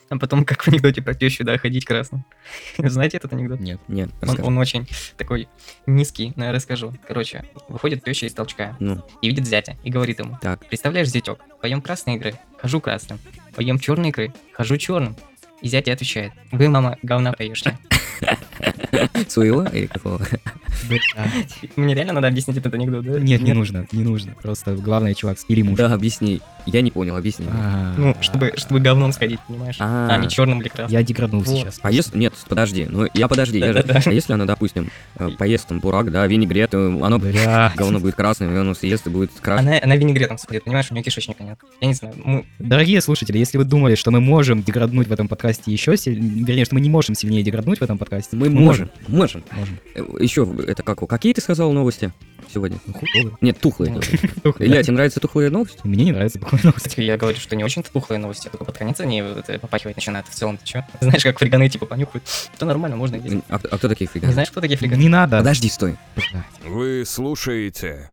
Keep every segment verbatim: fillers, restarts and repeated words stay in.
А потом, как в анекдоте про тещу, да, ходить красным. Знаете этот анекдот? Нет, нет, Он, он очень такой низкий, но я расскажу. Короче, выходит теща из толчка Ну, и видит зятя, и говорит ему: так. представляешь, зятек, поем красные игры, хожу красным. Поем черные игры, хожу черным. И зятя отвечает: вы, мама, говна поешьте. Своего или какого? Мне реально надо объяснить этот анекдот, да? Нет, не нужно, не нужно. Просто главное, чувак, или муж. Да, объясни. Я не понял, объясни. А, Ну, чтобы, чтобы говном сходить, понимаешь? А. А не черным или красным. Я деграднул Вот. сейчас. А если... Нет, подожди, ну я подожди, я же... Да-да-да. А если она, допустим, э, поест там бурак, да, винегрет, э, оно... Бля. Говно будет красным, и оно съест и будет красным. Она, она винегретом сходит, понимаешь, у нее кишечника нет. Я не знаю, мы... Дорогие слушатели, если вы думали, что мы можем деграднуть в этом подкасте еще сильнее, вернее, что мы не можем сильнее деграднуть в этом подкасте, Мы можем, можем. Можем. Еще, это как, какие ты сказал новости сегодня? Ну, хуй. Нет, тухлые. Ну, Тухлые. Илья, тебе нравятся тухлые новости? Мне не нравится такой новости. Кстати, я говорю, что не очень-то тухлые новости, а только под конец они вот это попахивать начинают. В целом, ты чё? Знаешь, как фриганы типа понюхают? То нормально, можно есть. А, а кто такие Не фриганы? знаешь, кто такие фриганы? Не надо. Подожди, стой. Блядь. Вы слушаете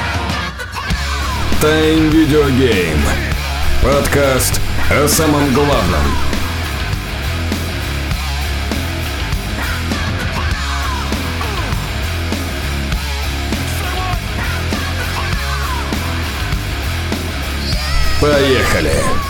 Time Video Game. Подкаст о самом главном. Поехали!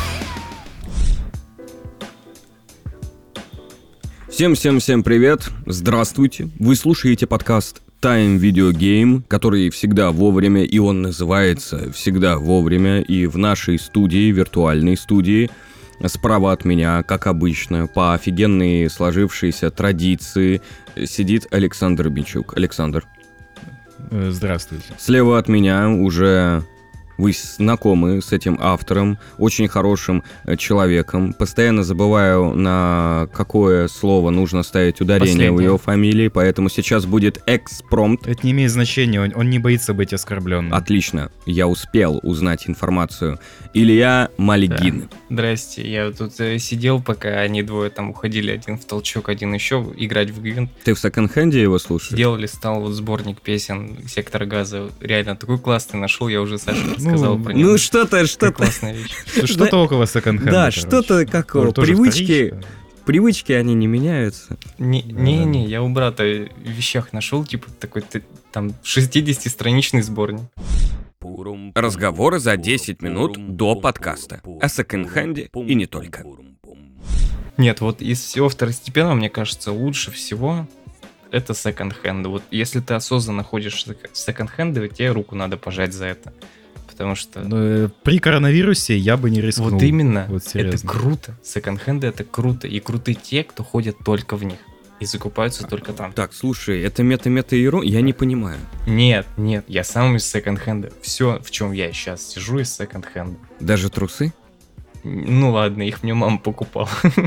Всем-всем-всем привет, здравствуйте. Вы слушаете подкаст Time Video Game, который всегда вовремя, и он называется «Всегда вовремя», и в нашей студии, виртуальной студии, справа от меня, как обычно, по офигенной сложившейся традиции, сидит Александр Бичук. Александр. Э, Здравствуйте. Слева от меня уже... Вы знакомы с этим автором, очень хорошим э, человеком. Постоянно забываю, на какое слово нужно ставить ударение у Последнее. его фамилии, поэтому сейчас будет экспромт. Это не имеет значения, он, он не боится быть оскорбленным. Отлично, я успел узнать информацию. Илья Мальгин. Здрасте, я тут э, сидел, пока они двое там уходили, один в толчок, один еще, играть в Гвинт. Ты в секонд-хенде его слушаешь? Сидел, листал вот сборник песен Сектора Газа. Реально, такой классный нашел, я уже Саше Ну, рассказал про него. Ну что-то, что-то... Классная вещь. Что-то около секонд-хенда, Да, короче. что-то как Тоже- тоже привычки, вторично. привычки, они не меняются. Не-не-не, я у брата в вещах нашел, типа, такой ты- там шестидесятистраничный сборник. Разговоры за десять минут до подкаста. О секонд-хенде и не только. Нет, вот из всего второстепенного, мне кажется, лучше всего это секонд-хенды. Вот если ты осознанно ходишь в секонд-хенды, тебе руку надо пожать за это. Потому что... Ну, э, при коронавирусе я бы не рискнул. вот именно, Вот это серьезно. круто. Секонд-хенды это круто. И круты те, кто ходят только в них. И закупаются только там. Так, слушай, это мета-мета-иро, я не понимаю. Нет, нет, я сам из секонд-хенда. Все, в чем я сейчас сижу, из секонд-хенда. Даже трусы? Ну ладно, их мне мама покупала.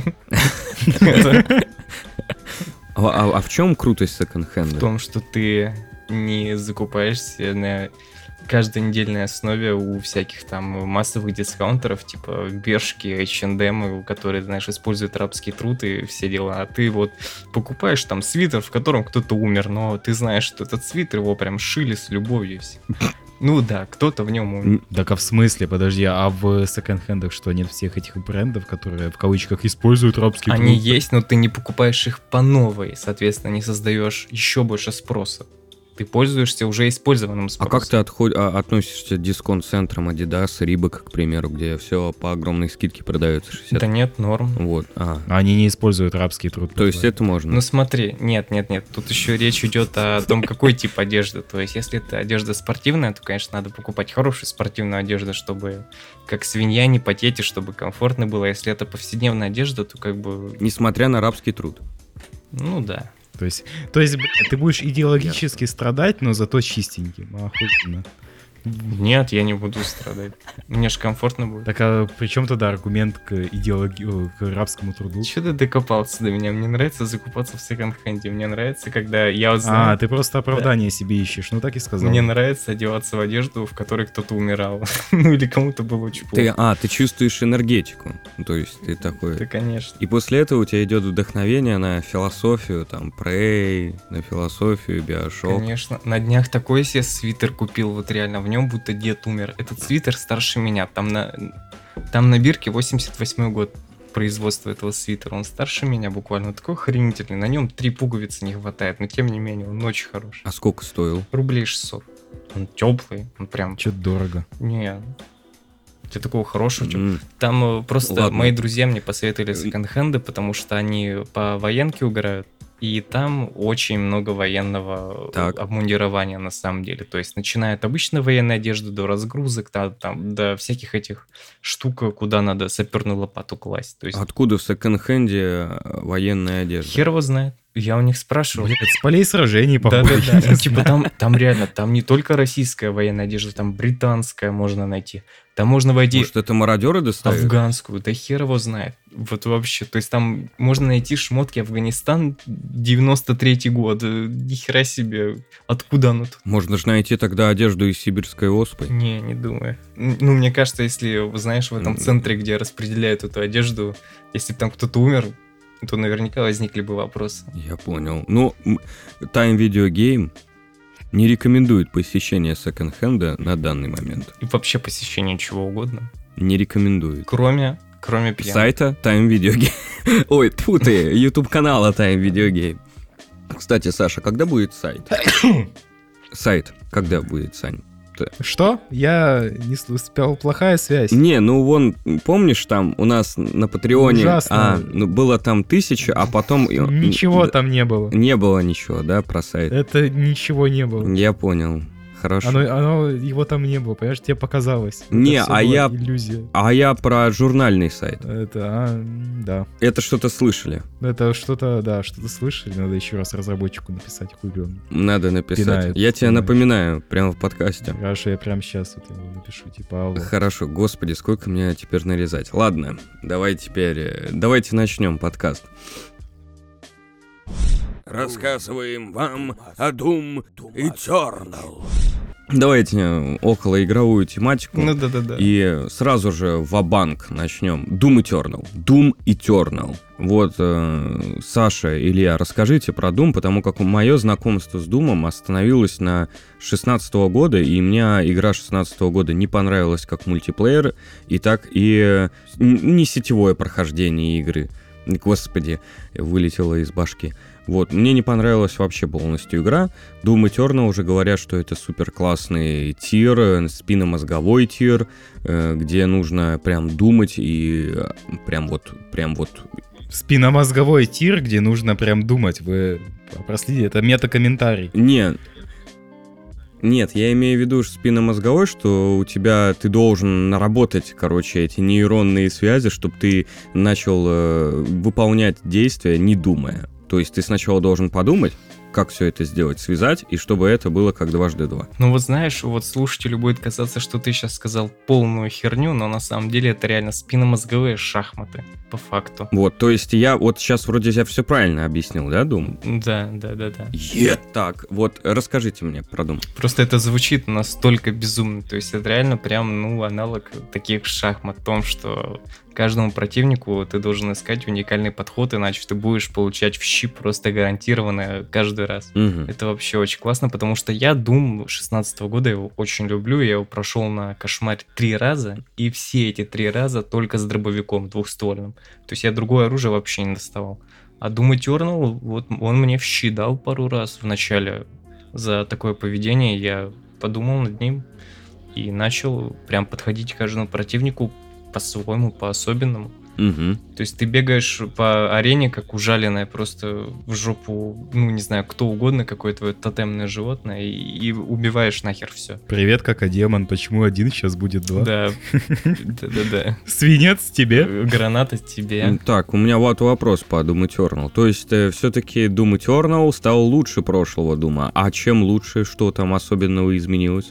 А, а- а в чем крутость В секонд-хенда? том, что ты не закупаешься на каждой недельной основе у всяких там массовых дискаунтеров, типа Бершки, эйч энд эм, которые, знаешь, используют рабский труд и все дела. А ты вот покупаешь там свитер, в котором кто-то умер, но ты знаешь, что этот свитер его прям шили с любовью и все. Ну да, кто-то в нем умер. Так а в смысле, подожди, а в секонд-хендах что, нет всех этих брендов, которые в кавычках используют рабский труд? Они есть, но ты не покупаешь их по новой, соответственно, не создаешь еще больше спроса. Ты пользуешься уже использованным А спросом. как ты отход- а, относишься к дисконт-центрам Adidas, Reebok, к примеру, где все по огромной скидке продается шестьдесят? Да нет, норм. Вот, а. Они не используют рабский труд. То есть это можно? Ну смотри, нет, нет, нет, тут еще речь идет о том, какой тип одежды. То есть, если это одежда спортивная, то, конечно, надо покупать хорошую спортивную одежду, чтобы как свинья не потеть и чтобы комфортно было. Если это повседневная одежда, то как бы, Несмотря на рабский труд. ну да. То есть, то есть, блядь, ты будешь идеологически страдать, но зато чистеньким. Охуенно. Нет, я не буду страдать. Мне же комфортно будет. Так а при чем тогда аргумент к идеологии, к рабскому труду? Че ты докопался до меня? Мне нравится закупаться в секонд-хенде. Мне нравится, когда я вот знаю... А, ты просто оправдание себе ищешь, ну так и сказал. Мне нравится одеваться в одежду, в которой кто-то умирал. Ну или кому-то было очень Ты, плохо. а, ты чувствуешь энергетику. То есть ты такой... Да, конечно. И после этого у тебя идет вдохновение на философию, там, Prey, на философию, Биошок. Конечно. На днях такой себе свитер купил, вот реально, в нем будто дед умер. Этот свитер старше меня. Там на, там на бирке восемьдесят восьмой год производства этого свитера. Он старше меня буквально, он такой охренительный. На нем три пуговицы не хватает, но тем не менее он очень хороший. А сколько стоил? Рублей шестьсот. Он теплый, он прям... Что-то дорого. Не, для такого хорошего. М. Там э, просто Ладно. мои друзья мне посоветовали секонд-хенды, потому что они по военке угорают. И там очень много военного Так. обмундирования на самом деле. То есть начиная от обычной военной одежды до разгрузок, да, там, до всяких этих штук, куда надо саперную лопату класть. То есть Откуда в секонд-хенде э, военная одежда? хер его знает. Я у них спрашивал. Блядь, с полей сражений, Да, походу. да, да. Ну, типа там, там реально, там не только российская военная одежда, там британская можно найти. Там можно войти Может, это мародеры доставят? афганскую, да хер его знает. Вот вообще, то есть там можно найти шмотки Афганистан девяносто третий год. Э, Ни хера себе. Откуда оно тут? Можно же найти тогда одежду из сибирской оспы. Не, не думаю. Н- Ну, мне кажется, если, знаешь, в этом М. центре, где распределяют эту одежду, если бы там кто-то умер, то наверняка возникли бы вопросы. Я понял. Ну, м, Time Video Game не рекомендует посещение секонд-хенда на данный момент. И вообще посещение чего угодно. Не рекомендует. Кроме, кроме пьян. Сайта Time Video Game. Ой, тьфу ты, YouTube канала Time Video Game. Кстати, Саша, когда будет сайт? Сайт, когда будет, Сань? Что? Я не с- успел. Плохая связь. Не, ну вон, помнишь, там у нас на Патреоне Ужасно. а, ну, было там тысяча, а потом... Ничего Д- там не было. Не было ничего, да, про сайт? Это ничего не было. Я понял. Хорошо. Оно, оно- его там не было, понимаешь, тебе показалось. Это Не, всё а была я- иллюзия. А я про журнальный сайт. Это, а, м, да. Это что-то слышали? Это что-то, да, что-то слышали, надо еще раз разработчику написать, хуй он. Надо написать. Пинает, Я тебе пинает. напоминаю, прямо в подкасте. Хорошо, я прямо сейчас вот его напишу, типа, алло. Хорошо, господи, сколько мне теперь нарезать. Ладно, давай теперь, э, давайте начнем подкаст. Рассказываем вам о Doom Eternal. Давайте э, околоигровую тематику. Ну да-да-да. И сразу же ва-банк начнем. Doom Eternal. Doom Eternal. Вот, э, Саша, Илья, расскажите про Doom, потому как мое знакомство с Doom остановилось на шестнадцатого года, и мне игра шестнадцатого года не понравилась как мультиплеер, и так и э, н- не сетевое прохождение игры. Господи, вылетело из башки. Вот, мне не понравилась вообще полностью игра. Doom Eternal уже говорят, что это супер классный тир, э, спинномозговой тир, э, где нужно прям думать и э, прям вот, прям вот... Спинномозговой тир, где нужно прям думать. Вы проследите, это мета-комментарий. Не, нет, я имею в виду что спинномозговой, что у тебя ты должен наработать, короче, эти нейронные связи, чтобы ты начал э, выполнять действия, не думая. То есть ты сначала должен подумать, как все это сделать, связать, и чтобы это было как дважды два. Ну вот знаешь, вот слушателю будет казаться, что ты сейчас сказал полную херню, но на самом деле это реально спинномозговые шахматы, по факту. Вот, то есть я вот сейчас вроде я все правильно объяснил, да, Дум? Да, да, да, да. Е, так, вот расскажите мне про Дум. Просто это звучит настолько безумно. То есть это реально прям, ну, аналог таких шахмат в том, что каждому противнику ты должен искать уникальный подход, иначе ты будешь получать в щи просто гарантированно каждый раз. Мгм. Это вообще очень классно, потому что я Doom шестнадцатого года его очень люблю, я его прошел на кошмаре три раза, и все эти три раза только с дробовиком двухствольным. То есть я другое оружие вообще не доставал. А Doom Eternal, вот он мне в щи дал пару раз в начале за такое поведение, я подумал над ним и начал прям подходить к каждому противнику по-своему, по-особенному. Мгм. То есть ты бегаешь по арене, как ужаленное просто в жопу, ну, не знаю, кто угодно, какое твое тотемное животное, и, и убиваешь нахер все. Привет, кака-демон, почему один, сейчас будет два? Да, да-да-да. Свинец тебе? Граната тебе. М, Так, у меня вот вопрос по Doom Eternal. То есть все-таки Doom Eternal стал лучше прошлого Дума. А чем лучше, что там особенного изменилось?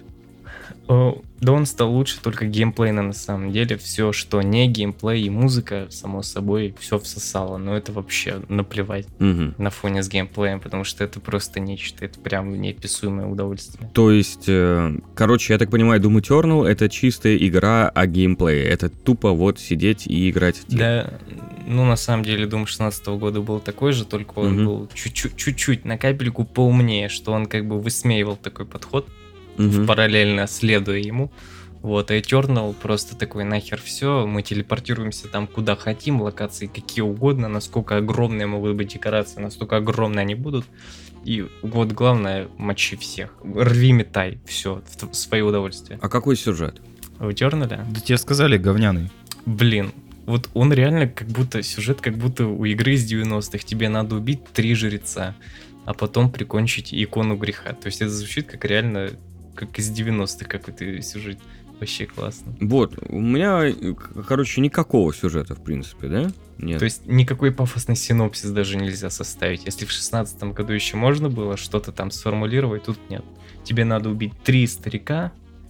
О, Да он стал лучше только геймплейно на самом деле. Все, что не геймплей и музыка, само собой, все всосало. Но это вообще наплевать Мгм. на фоне с геймплеем, потому что это просто нечто. Это прям неописуемое удовольствие. То есть, э, короче, я так понимаю, Doom Eternal — это чистая игра о геймплее. Это тупо вот сидеть и играть в тир. Да, ну на самом деле Doom шестнадцатого года был такой же, только он Мгм. был чуть-чуть, чуть-чуть на капельку поумнее, что он как бы высмеивал такой подход, Мгм. параллельно следуя ему. Вот, а Eternal просто такой нахер все, мы телепортируемся там куда хотим, локации какие угодно, насколько огромные могут быть декорации, настолько огромные они будут. И вот главное, мочи всех. Рви, метай, все, в свое удовольствие. А какой сюжет? В Eternal? Да тебе сказали, говняный. Блин, вот он реально как будто, сюжет как будто у игры из девяностых. Тебе надо убить три жреца, а потом прикончить икону греха. То есть это звучит как реально, как из девяностых какой-то сюжет. Вообще классно. Вот, у меня, короче, никакого сюжета, в принципе, да? Нет. То есть никакой пафосный синопсис даже нельзя составить. Если в шестнадцатом году еще можно было что-то там сформулировать, тут нет. Тебе надо убить три старика,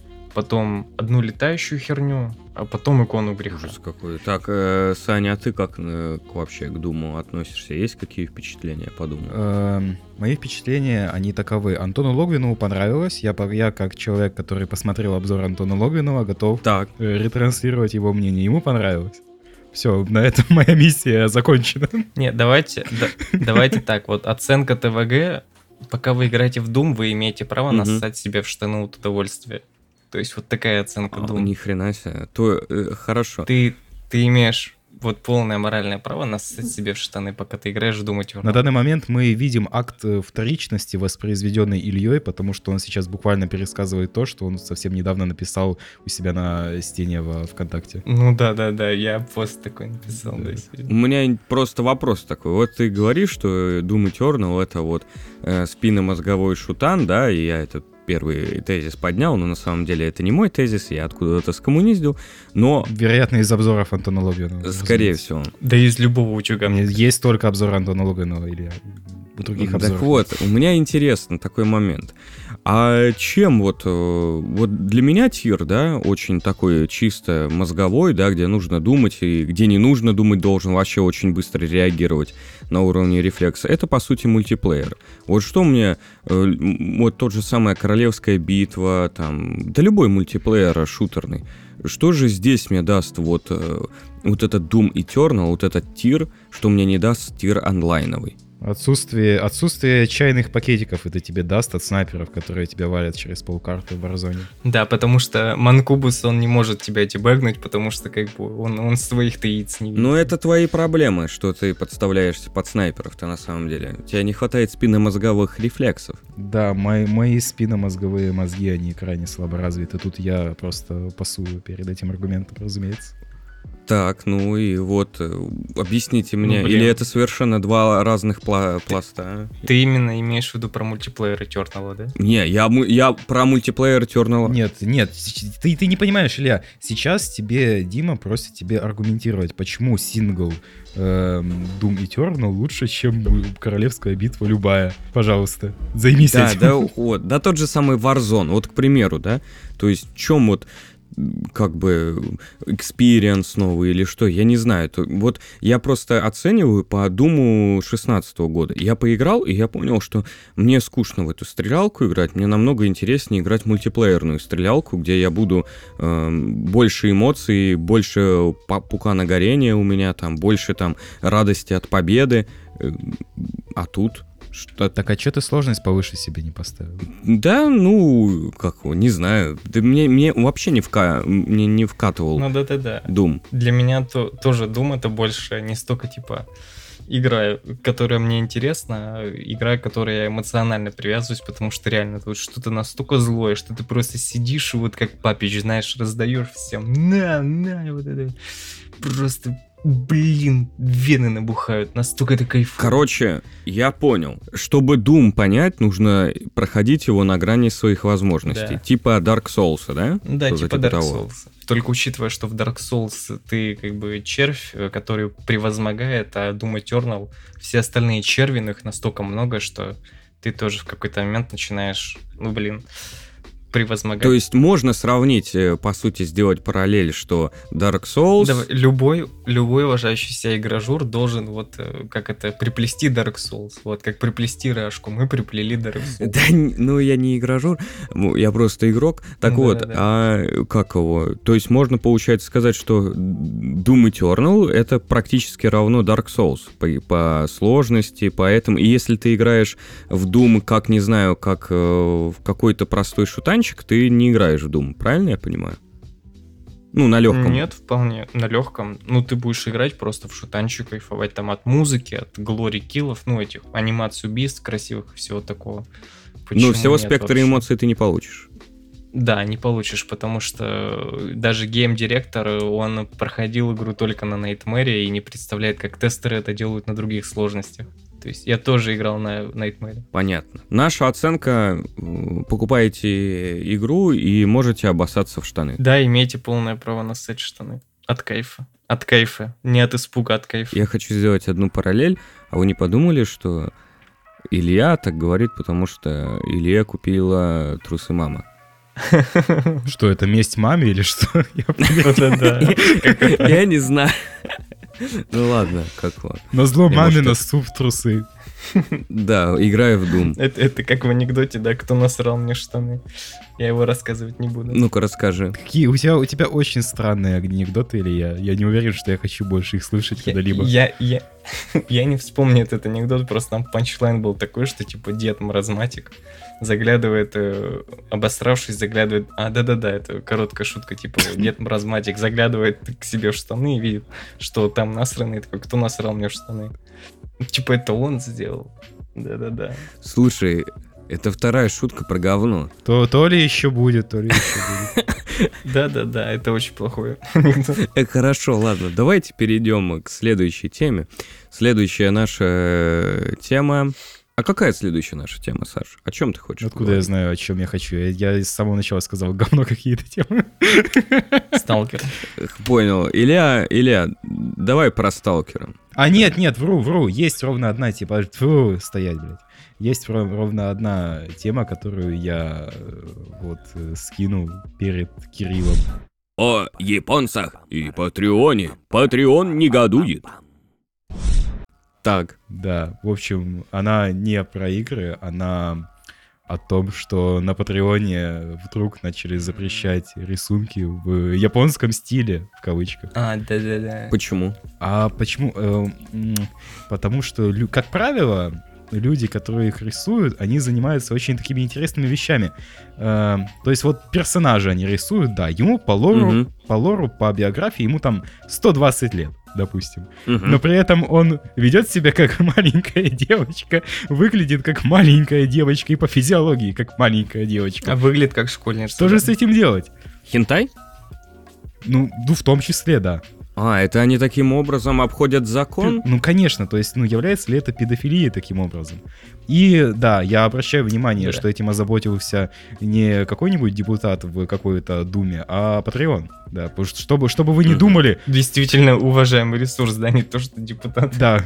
потом одну летающую херню, а потом икону греха. Ужас какой. Так, э, Саня, а ты как э, к, вообще к Думу относишься? Есть какие впечатления по Думу? Эм, мои впечатления, они таковы. Антону Логвинову понравилось. Я, по- я как человек, который посмотрел обзор Антона Логвинова, готов Так, э, ретранслировать его мнение. Ему понравилось. Все, на этом моя миссия закончена. Нет, давайте, да- давайте так, вот оценка ТВГ, пока вы играете в Doom, вы имеете право Мгм. нассать себе в штаны от удовольствия. То есть вот такая оценка а, Doom. ни хрена себе. То, э, хорошо. Ты, ты имеешь вот полное моральное право нассать себе в штаны, пока ты играешь в Doom Eternal. На данный момент мы видим акт э, вторичности, воспроизведенный Ильей, потому что он сейчас буквально пересказывает то, что он совсем недавно написал у себя на стене во ВКонтакте. Ну да-да-да, я пост такой написал. Да, Да. сегодня. У меня просто вопрос такой. Вот ты говоришь, что Doom Eternal — это вот э, спинномозговой шутан, да, и я этот первый тезис поднял, но на самом деле это не мой тезис, я откуда-то скоммуниздил, но, Вероятно, из обзоров Антона Логвинова. скорее разумеется. всего. Да из любого утюга. Мне есть только обзор Антона Логвинова или у других Так обзоров. вот, у меня интересно такой момент. А чем вот, э, вот для меня тир, да, очень такой чисто мозговой, да, где нужно думать, и где не нужно думать, должен вообще очень быстро реагировать на уровне рефлекса, это, по сути, мультиплеер. Вот что мне, э, м, вот тот же самая Королевская битва, там, да любой мультиплеер шутерный, что же здесь мне даст вот, э, вот этот Doom Eternal, вот этот тир, что мне не даст тир онлайновый? Отсутствие, отсутствие чайных пакетиков это тебе даст от снайперов, которые тебя валят через полкарты в Warzone. Да, потому что Манкубус, он не может тебя дебэгнуть, потому что как бы он, он своих-то яиц не видит. Ну, это твои проблемы, что ты подставляешься под снайперов-то на самом деле. У тебя не хватает спинномозговых рефлексов. Да, мои, мои спинномозговые мозги, они крайне слабо развиты. Тут я просто пасу перед этим аргументом, разумеется. Так, ну и вот, э, объясните мне, блин. или это совершенно два разных пла- пласта? Ты именно имеешь в виду про мультиплеер Eternal, да? Не, я, му- я про мультиплеер Eternal. Нет, нет, с- ты, ты не понимаешь, Илья. Сейчас тебе Дима просит тебе аргументировать, почему сингл эм, Doom Eternal лучше, чем Королевская битва любая. Пожалуйста, займись Да, этим. да, вот, да тот же самый Warzone, вот, к примеру, да, то есть в чем вот как бы experience новый или что, я не знаю. То, вот я просто оцениваю по Думу шестнадцатого года. Я поиграл, и я понял, что мне скучно в эту стрелялку играть, мне намного интереснее играть в мультиплеерную стрелялку, где я буду э, больше эмоций, больше пука на горение у меня, там, больше там радости от победы, э, а тут... Что... Так а что ты сложность повыше себе не поставил? Да, ну, как его, не знаю. Да мне, мне вообще не, вка... мне не вкатывал Ну да-да-да. Doom. Для меня то, тоже Doom это больше не столько типа игра, которая мне интересна, а игра, к которой я эмоционально привязываюсь, потому что реально тут что-то настолько злое, что ты просто сидишь и вот как папич, знаешь, раздаешь всем. На, на, вот это. Просто... Блин, вены набухают, настолько это кайфово. Короче, я понял. Чтобы Doom понять, нужно проходить его на грани своих возможностей. Да. Типа Dark Souls, да? Да, Что-то типа Dark того. Souls. Только учитывая, что в Dark Souls ты как бы червь, который превозмогает, а Doom Eternal все остальные черви, но их настолько много, что ты тоже в какой-то момент начинаешь, ну блин, превозмогать. То есть можно сравнить, э, по сути, сделать параллель, что Dark Souls... Давай, любой, любой уважающий себя игражур должен вот, э, как это, приплести Dark Souls. Вот, как приплести Рашку. Мы приплели Dark Souls. Да, н- ну я не игражур, ну, я просто игрок. Так Ну, вот, да-да-да. а как его? То есть можно, получается, сказать, что Doom Eternal это практически равно Dark Souls по, по сложности, поэтому. И если ты играешь в Doom, как, не знаю, как э, в какой-то простой шутанчик, ты не играешь в Doom, правильно я понимаю? Ну, на легком. Нет, вполне на легком. Ну, ты будешь играть просто в шутанчик, кайфовать там от музыки, от глори киллов, ну, этих анимаций убийств красивых и всего такого. Почему Ну, всего нет спектра вообще? эмоций ты не получишь. Да, не получишь, потому что даже гейм-директор, он проходил игру только на Nightmare и не представляет, как тестеры это делают на других сложностях. То есть я тоже играл на Nightmare. Понятно. Наша оценка: покупаете игру и можете обоссаться в штаны. Да, имеете полное право нассать штаны. От кайфа. От кайфа. Не от испуга, от кайфа. Я хочу сделать одну параллель. А вы не подумали, что Илья так говорит, потому что Илья купила трусы мама? Что, это месть маме или что? Я не знаю. Ну ладно, как ладно. Назло Я, маме может, носу в трусы. Да, играю в Doom. Это, это как в анекдоте, да, кто насрал мне штаны. Я его рассказывать не буду. Ну-ка, расскажи. Какие у тебя, у тебя очень странные анекдоты, или я? Я не уверен, что я хочу больше их слышать Я, когда-либо. я, я, я не вспомню этот анекдот, просто там панчлайн был такой, что типа дед маразматик заглядывает, э, обосравшись, заглядывает... А, да-да-да, это короткая шутка, типа дед маразматик заглядывает к себе в штаны и видит, что там насрано, и такой, кто насрал мне в штаны? Типа это он сделал. Да-да-да. Слушай, это вторая шутка про говно. То, то ли еще будет, то ли еще будет. Да-да-да, это очень плохой анекдот. Э, хорошо, ладно, давайте перейдем к следующей теме. Следующая наша тема... А какая следующая наша тема, Саш? О чем ты хочешь Откуда я поговорить? знаю, о чем я хочу? Я, я с самого начала сказал говно какие-то темы. Сталкер. Эх, Понял. Илья, Илья, давай про сталкера. А нет, нет, вру, вру. Есть ровно одна, типа, фу, стоять, блядь. Есть ров- ровно одна тема, которую я э, вот э, скинул перед Кириллом. О японцах и Патреоне. Патреон негодует. Так, Да, в общем, она не про игры, она о том, что на Патреоне вдруг начали запрещать рисунки в японском стиле, в кавычках. А, да-да-да. почему? А почему? Э, м, Потому что, лю- как правило, люди, которые их рисуют, они занимаются очень такими интересными вещами. Э, То есть вот персонажи они рисуют, да, ему по лору, Мгм. по лору, по биографии, ему там сто двадцать лет, допустим. Мгм. Но при этом он ведет себя как маленькая девочка, выглядит как маленькая девочка и по физиологии как маленькая девочка. А выглядит как школьница. Что же с этим делать? Хентай? Ну, ну, в том числе, да. А, это они таким образом обходят закон? Ну, конечно, то есть, ну, является ли это педофилией таким образом? И, да, я обращаю внимание, Да. что этим озаботился не какой-нибудь депутат в какой-то думе, а Patreon, да, потому что, чтобы, чтобы вы не Мгм. думали, Действительно уважаемый ресурс, да, не то, что депутат. да,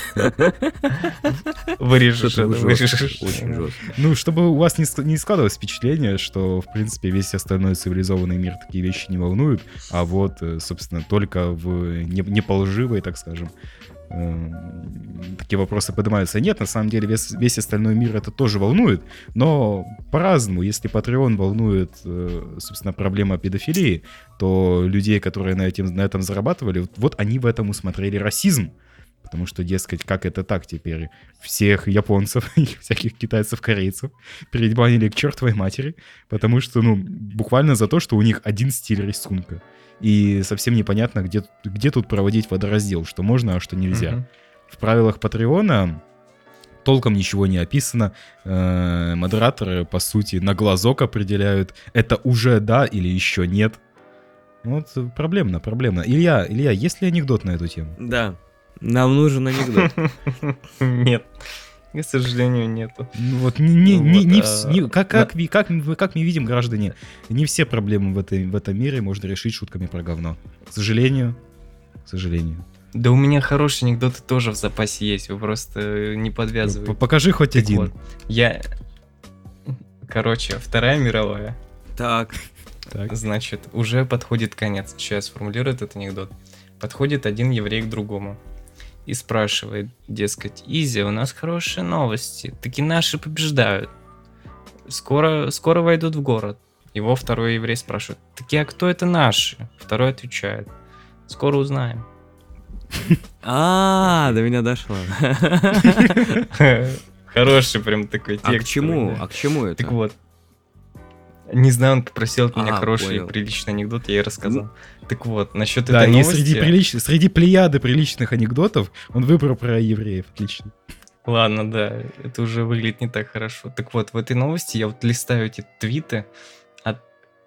Вырежешь Что-то это, жестко, вырежешь. очень жестко. ну, чтобы у вас не, ск- не складывалось впечатление, что, в принципе, весь остальной цивилизованный мир такие вещи не волнуют, а вот, э, собственно, только в не, не по лживой, так скажем, э, такие вопросы поднимаются. Нет, на самом деле весь, весь остальной мир это тоже волнует, но по-разному. Если Patreon волнует, э, собственно, проблема педофилии, то людей, которые на, этим, на этом зарабатывали, вот, вот они в этом усмотрели расизм. Потому что, дескать, как это так теперь? Всех японцев и всяких китайцев, корейцев перебанили к чертовой матери, потому что, ну, буквально за то, что у них один стиль рисунка. И совсем непонятно, где, где тут проводить водораздел, что можно, а что нельзя. Мгм. В правилах Патреона толком ничего не описано. Э, Модераторы, по сути, на глазок определяют, это уже да или еще нет. Вот э, проблемно, проблемно. Илья, Илья, есть ли анекдот на эту тему? Да. Нам нужен анекдот. Нет. К сожалению, нету. Ну вот не, не, Ну не, вот, не а, вс- не- как, как, ви- как, мы- как мы видим, граждане, не все проблемы в, этой, в этом мире можно решить шутками про говно. К сожалению, к сожалению. Да у меня хорошие анекдоты тоже в запасе есть, вы просто не П- подвязываете. Покажи хоть Так один. вот, я... Короче, Вторая мировая. Так. Так. Значит, уже подходит конец. Сейчас сформулирую этот анекдот. Подходит один еврей к другому и спрашивает, дескать, Изи, у нас хорошие новости, таки наши побеждают. Скоро, скоро войдут в город. Его второй еврей спрашивает, таки а кто это наши? Второй отвечает, скоро узнаем. А, до меня дошло. Хороший прям такой А текст. к чему? А к чему это? Так вот, Не знаю, он попросил от меня А, хороший понял. приличный анекдот, я и рассказал. Так вот, насчет Да, этой и новости... среди, прилич... среди плеяды приличных анекдотов он выбрал про евреев. Отлично. Ладно, да, это уже выглядит не так хорошо. Так вот, в этой новости я вот листаю эти твиты от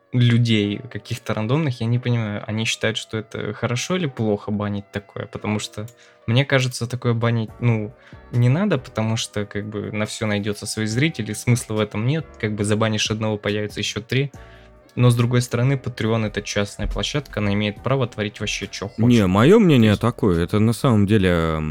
людей каких-то рандомных, я не понимаю, они считают, что это хорошо или плохо банить такое, потому что мне кажется, такое банить, ну, не надо, потому что как бы на все найдется свой зритель, и смысла в этом нет, как бы забанишь одного, появится еще три. Но, с другой стороны, Patreon — это частная площадка, она имеет право творить вообще, что хочет. Не, мое мнение такое, это на самом деле,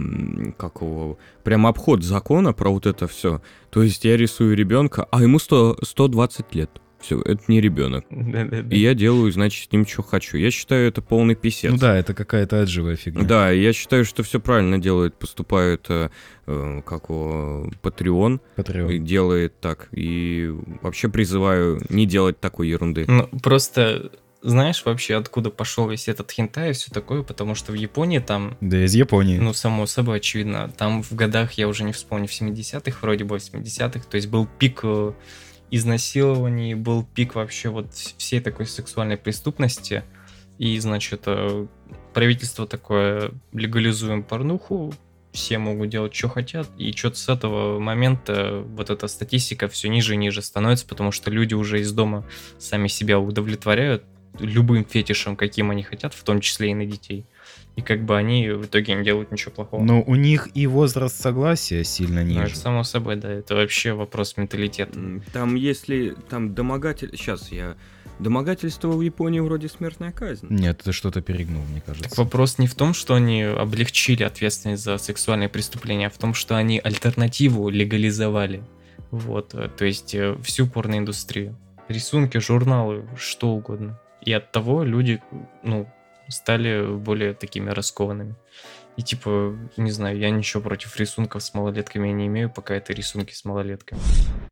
м, как его, прям обход закона про вот это все. То есть я рисую ребенка, а ему сто, сто двадцать лет. Все, это не ребенок. Да-да-да. И я делаю, значит, с ним что хочу. Я считаю, это полный писец. Ну да, это какая-то отживая фигня. Да, я считаю, что все правильно делают, поступают, э, э, как его, Patreon, и Patreon. делает так. И вообще призываю не делать такой ерунды. Ну, просто, знаешь, вообще, откуда пошел весь этот хентай и все такое, потому что в Японии там, Да, из Японии. ну, само собой, очевидно, там в годах, я уже не вспомню, в семидесятых, вроде бы, в восьмидесятых, то есть был пик э, изнасилований, был пик вообще вот вс- всей такой сексуальной преступности, и, значит, э, правительство такое: легализуем порнуху, все могут делать, что хотят, и что-то с этого момента вот эта статистика все ниже и ниже становится, потому что люди уже из дома сами себя удовлетворяют любым фетишем, каким они хотят, в том числе и на детей. И как бы они в итоге не делают ничего плохого. Но у них и возраст согласия сильно Ну, ниже. это само собой, да, это вообще вопрос менталитета. М, Там, если там домогатель... Сейчас я... Домогательство в Японии вроде смертная казнь. Нет, ты что-то перегнул, мне Так кажется. вопрос не в том, что они облегчили ответственность за сексуальные преступления, а в том, что они альтернативу легализовали. Вот, э, то есть э, всю порноиндустрию. Рисунки, журналы, что угодно. И от того люди, ну, стали более такими раскованными. И типа, не знаю, я ничего против рисунков с малолетками не имею, пока это рисунки с малолетками.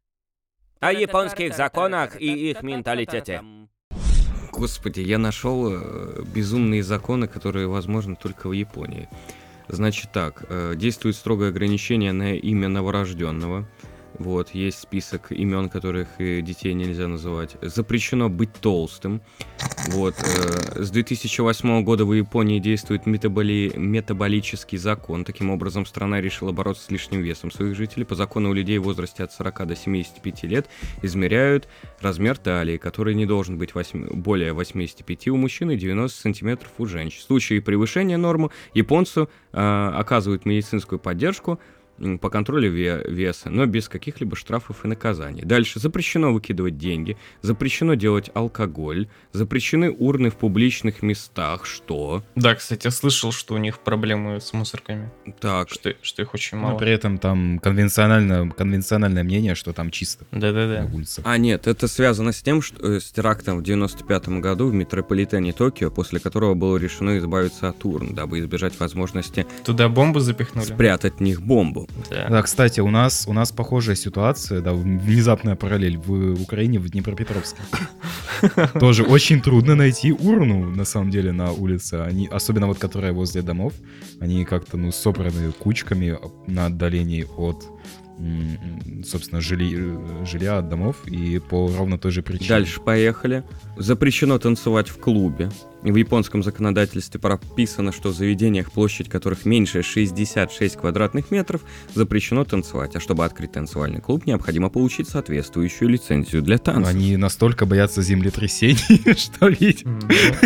О японских законах и их менталитете. Господи, я нашел э, безумные законы, которые возможны только в Японии. Значит так, э, действует строгое ограничение на имя новорожденного. Вот, есть список имен, которых э, детей нельзя называть. Запрещено быть толстым. Вот, э, с две тысячи восьмого года в Японии действует метаболи... метаболический закон. Таким образом, страна решила бороться с лишним весом своих жителей. По закону у людей в возрасте от сорока до семидесяти пяти лет измеряют размер талии, который не должен быть восьми... более восьмидесяти пяти у мужчин и девяноста сантиметров у женщин. В случае превышения нормы японцу э, оказывают медицинскую поддержку по контролю веса, но без каких-либо штрафов и наказаний. Дальше. Запрещено выкидывать деньги, запрещено делать алкоголь, запрещены урны в публичных местах, что... Да, кстати, я слышал, что у них проблемы с мусорками, Так, что, что их очень Но мало. при этом там конвенциональное, конвенциональное мнение, что там чисто Да-да-да. на улицах. а нет, это связано с тем, что э, с терактом в девяносто пятом году в метрополитене Токио, после которого было решено избавиться от урн, дабы избежать возможности Туда бомбу запихнули? спрятать в них бомбу. Да. Да, кстати, у нас, у нас похожая ситуация, да, внезапная параллель в Украине, в Днепропетровске. Тоже очень трудно найти урну, на самом деле, на улице. Они, особенно вот, которая возле домов, они как-то, ну, собраны кучками на отдалении от, м, собственно, жили- жилья, от домов, и по ровно той же причине. Дальше поехали. Запрещено танцевать в клубе. В японском законодательстве прописано, что в заведениях, площадь которых меньше шестьдесят шесть квадратных метров, запрещено танцевать. А чтобы открыть танцевальный клуб, необходимо получить соответствующую лицензию для танцев. Они настолько боятся землетрясений, что, видимо,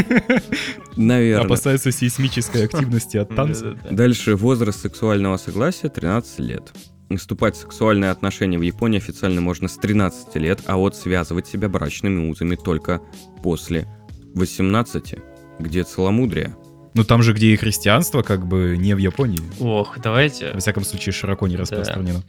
Наверное. опасаются сейсмической активности от танца. Да-да-да. Дальше. Возраст сексуального согласия тринадцать лет. Вступать в сексуальные отношения в Японии официально можно с тринадцати лет, а вот связывать себя брачными узами только после восемнадцати, где целомудрие. Ну там же, где и христианство, как бы не в Японии. Ох, давайте. Во всяком случае, широко не распространено.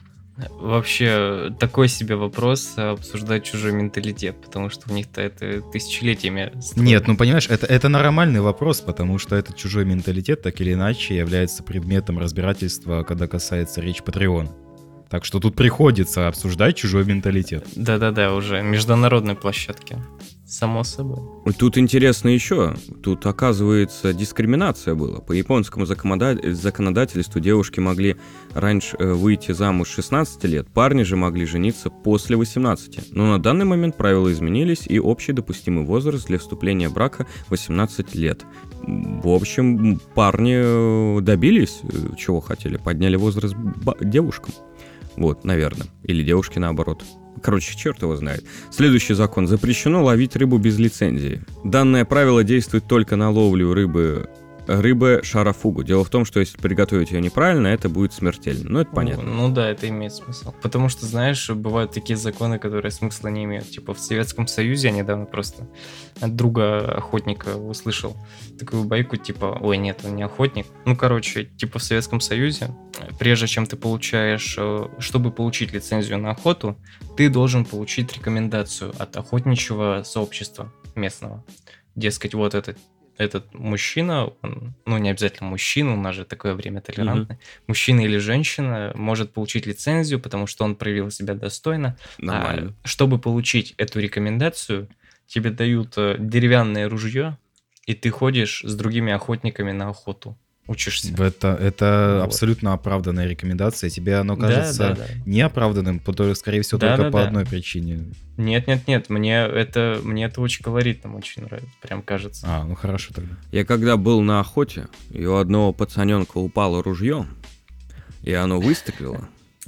Вообще, такой себе вопрос обсуждать чужой менталитет, потому что у них-то это тысячелетиями строено. Нет, ну понимаешь, это, это нормальный вопрос, потому что этот чужой менталитет так или иначе является предметом разбирательства, когда касается речь Patreon. Так что тут приходится обсуждать чужой менталитет. Да-да-да, уже международной площадки. Само собой. Тут интересно еще, тут, оказывается, дискриминация была. По японскому законода- законодательству девушки могли раньше э, выйти замуж с шестнадцати лет, парни же могли жениться после восемнадцати. Но на данный момент правила изменились, и общий допустимый возраст для вступления в брака восемнадцать лет. В общем, парни добились, чего хотели, подняли возраст ба- девушкам. Вот, наверное. Или девушки наоборот. Короче, черт его знает. Следующий закон. Запрещено ловить рыбу без лицензии. Данное правило действует только на ловлю рыбы рыбы шарафугу. Дело в том, что если приготовить ее неправильно, это будет смертельно. Ну, это понятно. Ну, ну да, это имеет смысл. Потому что, знаешь, бывают такие законы, которые смысла не имеют. Типа в Советском Союзе я недавно просто от друга охотника услышал такую байку, типа, ой, нет, он не охотник. Ну, короче, типа в Советском Союзе, прежде чем ты получаешь, чтобы получить лицензию на охоту, ты должен получить рекомендацию от охотничьего сообщества местного. Дескать, вот этот этот мужчина, он, ну не обязательно мужчина, у нас же такое время толерантное, mm-hmm. мужчина или женщина может получить лицензию, потому что он проявил себя достойно. Нормально. А, чтобы получить эту рекомендацию, тебе дают деревянное ружье, и ты ходишь с другими охотниками на охоту. Учишься. Это, это вот. Абсолютно оправданная рекомендация. Тебе оно кажется да, да, да. неоправданным, скорее всего, да, только да, по да. одной причине. Нет, нет, нет, мне это, мне это очень колоритно, очень нравится, прям кажется. А, ну хорошо тогда. Я когда был на охоте, и у одного пацаненка упало ружье, и оно выстрелило,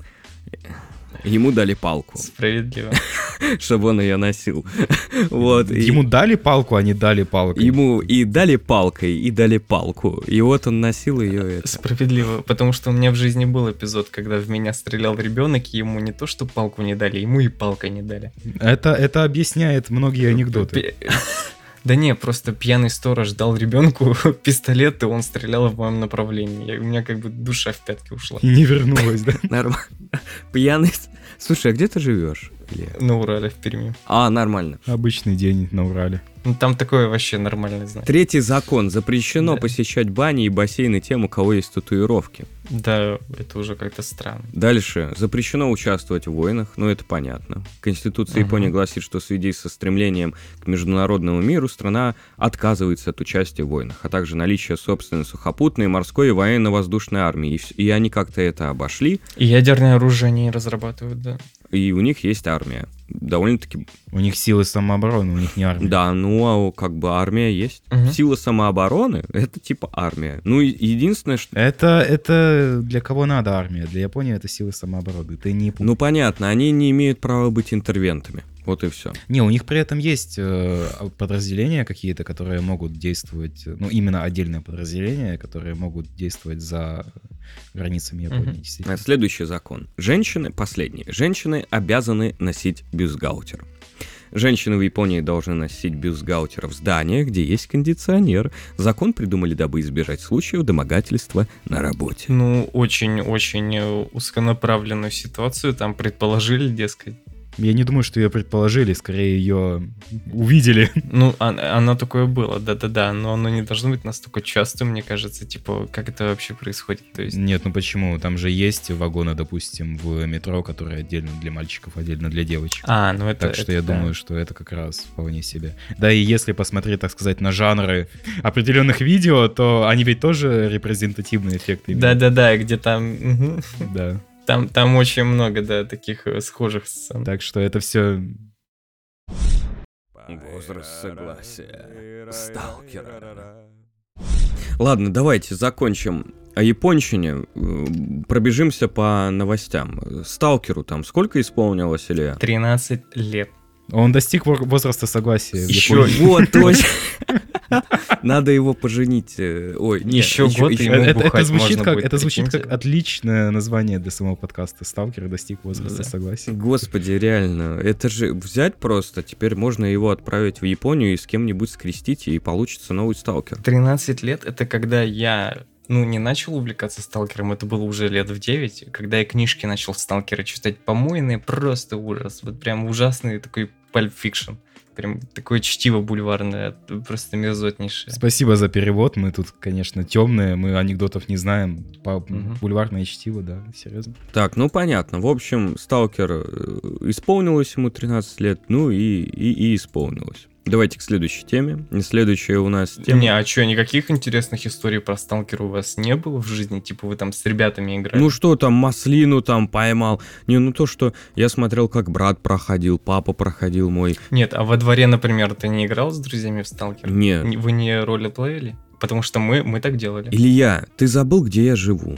ему дали палку. Справедливо. Чтобы он ее носил. Вот. Ему и... дали палку, а не дали палку. Ему и дали палкой, и дали палку. И вот он носил ее. Это. Справедливо, потому что у меня в жизни был эпизод, когда в меня стрелял ребенок, и ему не то, что палку не дали, ему и палкой не дали. Это, это объясняет многие анекдоты. Да не, просто пьяный сторож дал ребенку пистолет, и он стрелял в моем направлении. Я, у меня как бы душа в пятки ушла. И не вернулась, да? Нормально. Пьяный... Слушай, а где ты живешь? На Урале, в Перми. А, нормально. Обычный день на Урале. Ну, там такое вообще нормальное, знаешь. Третий закон. Запрещено да. посещать бани и бассейны тем, у кого есть татуировки. Да, это уже как-то странно. Дальше. Запрещено участвовать в войнах, ну это понятно. Конституция uh-huh. Японии гласит, что в связи со стремлением к международному миру страна отказывается от участия в войнах, а также наличие собственной сухопутной, морской и военно-воздушной армии. И, и они как-то это обошли. И ядерное оружие они разрабатывают, да. И у них есть армия. Довольно-таки... У них силы самообороны, у них не армия. Да, ну, а как бы армия есть. Угу. Сила самообороны — это типа армия. Ну, единственное, что... Это, это для кого надо армия? Для Японии это силы самообороны. Ты не... Ну, понятно, они не имеют права быть интервентами. Вот и все. Не, у них при этом есть э, подразделения какие-то, которые могут действовать, ну, именно отдельные подразделения, которые могут действовать за границами Японии. Mm-hmm. Следующий закон. Женщины, последние, женщины обязаны носить бюстгальтер. Женщины в Японии должны носить бюстгальтер в зданиях, где есть кондиционер. Закон придумали, дабы избежать случаев домогательства на работе. Ну, очень-очень узконаправленную ситуацию там предположили, дескать. Я не думаю, что ее предположили, скорее ее увидели. Ну, а, оно такое было, да-да-да, но оно не должно быть настолько часто, мне кажется, типа, как это вообще происходит, то есть... Нет, ну почему? Там же есть вагоны, допустим, в метро, которые отдельно для мальчиков, отдельно для девочек. А, ну это... Так это, что я да. думаю, что это как раз вполне себе. Да и если посмотреть, так сказать, на жанры определенных видео, то они ведь тоже репрезентативные эффекты имеют. Да-да-да, где там... Да. Там, там очень много, да, таких схожих сцен. Так что это все... Возраст согласия. Сталкера. Ладно, давайте закончим о японщине. Пробежимся по новостям. Сталкеру там сколько исполнилось, Илья? тринадцать лет. Он достиг возраста согласия. Еще, вот, точно. Надо его поженить. Ой, нет, еще, еще год еще, ему это, бухать это звучит можно как будет, это звучит прикиньте. как отличное название для самого подкаста. Сталкер достиг возраста Да. согласия. Господи, реально. Это же взять просто, теперь можно его отправить в Японию и с кем-нибудь скрестить, и получится новый сталкер. тринадцать лет — это когда я... Ну, не начал увлекаться сталкером, это было уже лет в девять, когда я книжки начал сталкера читать помойные, просто ужас. Вот прям ужасный такой Pulp Fiction. Прям такое чтиво бульварное, просто мерзотнейшее. Спасибо за перевод. Мы тут, конечно, темные, мы анекдотов не знаем. По Угу. бульварное чтиво, да, серьезно. Так, ну понятно. В общем, сталкер э, исполнилось ему тринадцать лет, ну и, и, и исполнилось. Давайте к следующей теме. Следующая у нас тема... Не, а что, никаких интересных историй про сталкера у вас не было в жизни? Типа вы там с ребятами играли? Ну что там, маслину там поймал. Не, ну то, что я смотрел, как брат проходил, папа проходил мой. Нет, а во дворе, например, ты не играл с друзьями в сталкер? Нет. Вы не ролеплеили? Потому что мы, мы так делали. Илья, ты забыл, где я живу?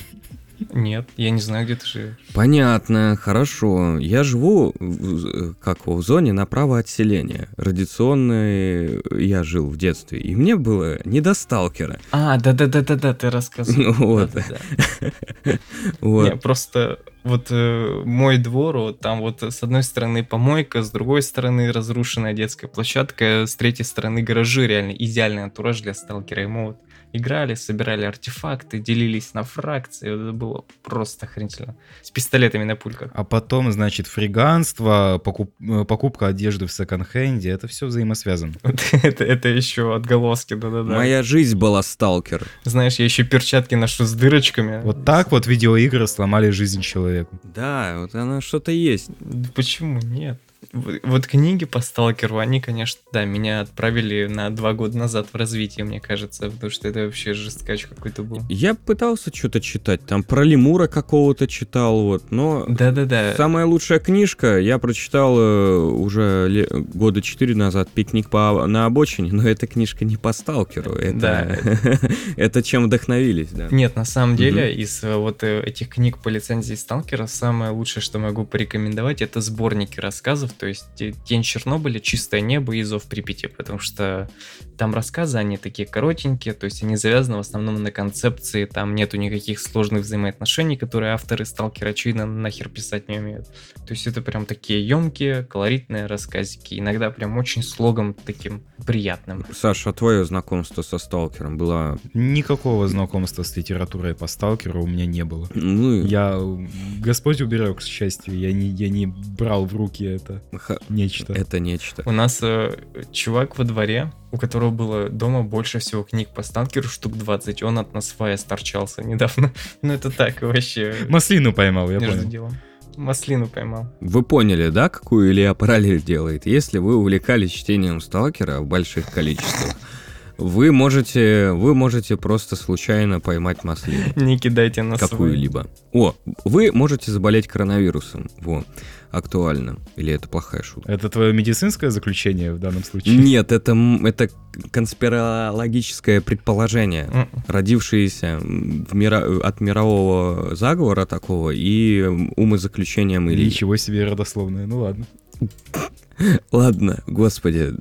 Нет, я не знаю, где ты живешь. Понятно, хорошо. Я живу, в, как в зоне направо от селения. Радиационной я жил в детстве. И мне было не до сталкера. А, да-да-да-да-да, ты рассказывал. Вот. Да-да-да. Вот. Не, просто вот э, мой двор, вот там вот с одной стороны помойка, с другой стороны разрушенная детская площадка, с третьей стороны гаражи, реально идеальный антураж для сталкера. И мы вот играли, собирали артефакты, делились на фракции, это было просто охренительно. С пистолетами на пульках. А потом, значит, фриганство, покуп- покупка одежды в секонд-хенде, это все взаимосвязано. Вот это, это еще отголоски, да-да-да. Моя жизнь была сталкер. Знаешь, я еще перчатки ношу с дырочками. Вот так вот видеоигры сломали жизнь человека. Да, вот оно что-то есть. Да почему нет? В- Вот книги по сталкеру, они, конечно, да, меня отправили на два года назад в развитие, мне кажется, потому что это вообще жесткач какой-то был. Я пытался что-то читать, там про лемура какого-то читал, вот, но Да-да-да. самая лучшая книжка я прочитал э, уже ле- года четыре назад, «Пикник по, на обочине», но эта книжка не по сталкеру, это, это чем вдохновились, да. Нет, на самом деле, Мгм. из э, вот э, этих книг по лицензии сталкера, самое лучшее, что могу порекомендовать, это сборники рассказов, то есть э, «Тень Чернобыля», «Чистое небо» и «Зов Припяти», потому что там рассказы, они такие коротенькие, то есть они завязаны в основном на концепции, там нету никаких сложных взаимоотношений, которые авторы сталкера, очевидно, нахер писать не умеют. То есть это прям такие емкие, колоритные рассказики, иногда прям очень слогом таким приятным. Саша, а твое знакомство со сталкером было... Никакого знакомства с литературой по сталкеру у меня не было. Ну, Я... Господь уберег, к счастью, я не, я не брал в руки это ха- нечто. это нечто. У нас э, чувак во дворе, у которого было дома больше всего книг по сталкеру, штук двадцать, он от нас фая сторчался недавно. Ну это так, вообще, Маслину поймал, я между понял. делом. Маслину поймал. Вы поняли, да, какую Илья параллель делает? Если вы увлекались чтением сталкера в больших количествах, вы можете, вы можете просто случайно поймать маслину. Не кидайте на свой. Какую-либо. О, вы можете заболеть коронавирусом. Во, актуально. Или это плохая шутка? Это твое медицинское заключение в данном случае? Нет, это, м- это конспирологическое предположение, М. родившееся в мира- от мирового заговора такого и умозаключением Ильи. Ничего себе родословное, ну ладно. Ладно, господи.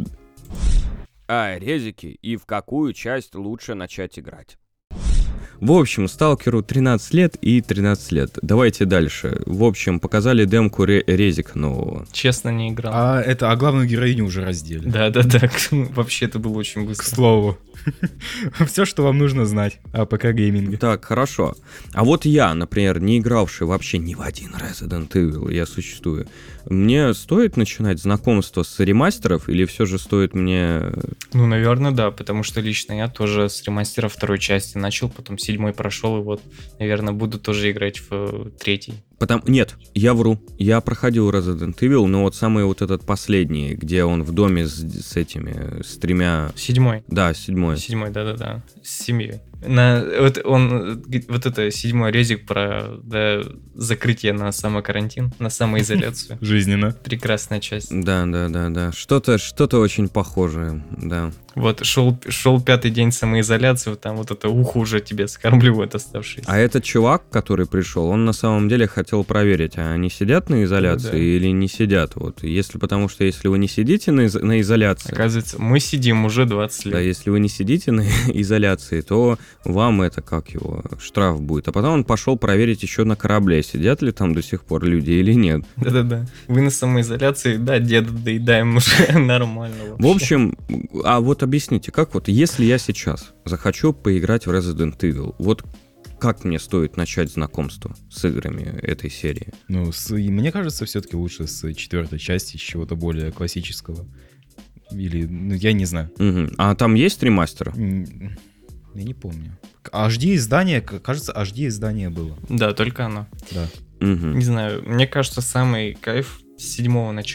А, резики, и в какую часть лучше начать играть? В общем, сталкеру тринадцать лет и тринадцать лет. Давайте дальше. В общем, показали демку ре- резика нового. Честно, не играл. А это, а главную героиню уже раздели. Да-да-да, вообще это было очень К быстро. слову. Все, что вам нужно знать о ПК-гейминге. Так, хорошо. А вот я, например, не игравший вообще ни в один Resident Evil, я существую, мне стоит начинать знакомство с ремастеров или все же стоит мне... Ну, наверное, да, потому что лично я тоже с ремастера второй части начал, потом седьмой прошел, и вот, наверное, буду тоже играть в э, третий. Потом... Нет, я вру. Я проходил Resident Evil, но вот самый вот этот последний, где он в доме с, с этими, с тремя... Седьмой. Да, седьмой. Седьмой, да-да-да, с семьей. На, вот он, э, вот это седьмой резик про да, закрытие на самокарантин, на самоизоляцию. Жизненно. Прекрасная часть. Да, да, да, да. Что-то, что-то очень похожее, да. Вот шел, шел пятый день самоизоляции, вот там вот это ухо уже тебе скармливают оставшиеся. А этот чувак, который пришел, он на самом деле хотел проверить, а они сидят на изоляции Да. или не сидят. Вот. Если, потому что если вы не сидите на, из- на изоляции, Оказывается, мы сидим уже двадцать лет. да, если вы не сидите на изоляции, то вам это, как его, штраф будет. А потом он пошел проверить еще на корабле, сидят ли там до сих пор люди или нет. Да-да-да. Вы на самоизоляции, да, деда доедаем уже нормально. В общем, а вот объясните, как вот, если я сейчас захочу поиграть в Resident Evil, вот как мне стоит начать знакомство с играми этой серии? Ну, с- и мне кажется, все-таки лучше с четвертой части, с чего-то более классического. Или, ну, я не знаю. Мгм. А там есть ремастер? М, Я не помню. эйч ди издание, к- кажется, эйч ди издание было. Да, только оно. Да. Мгм. Не знаю, мне кажется, самый кайф с седьмого начать,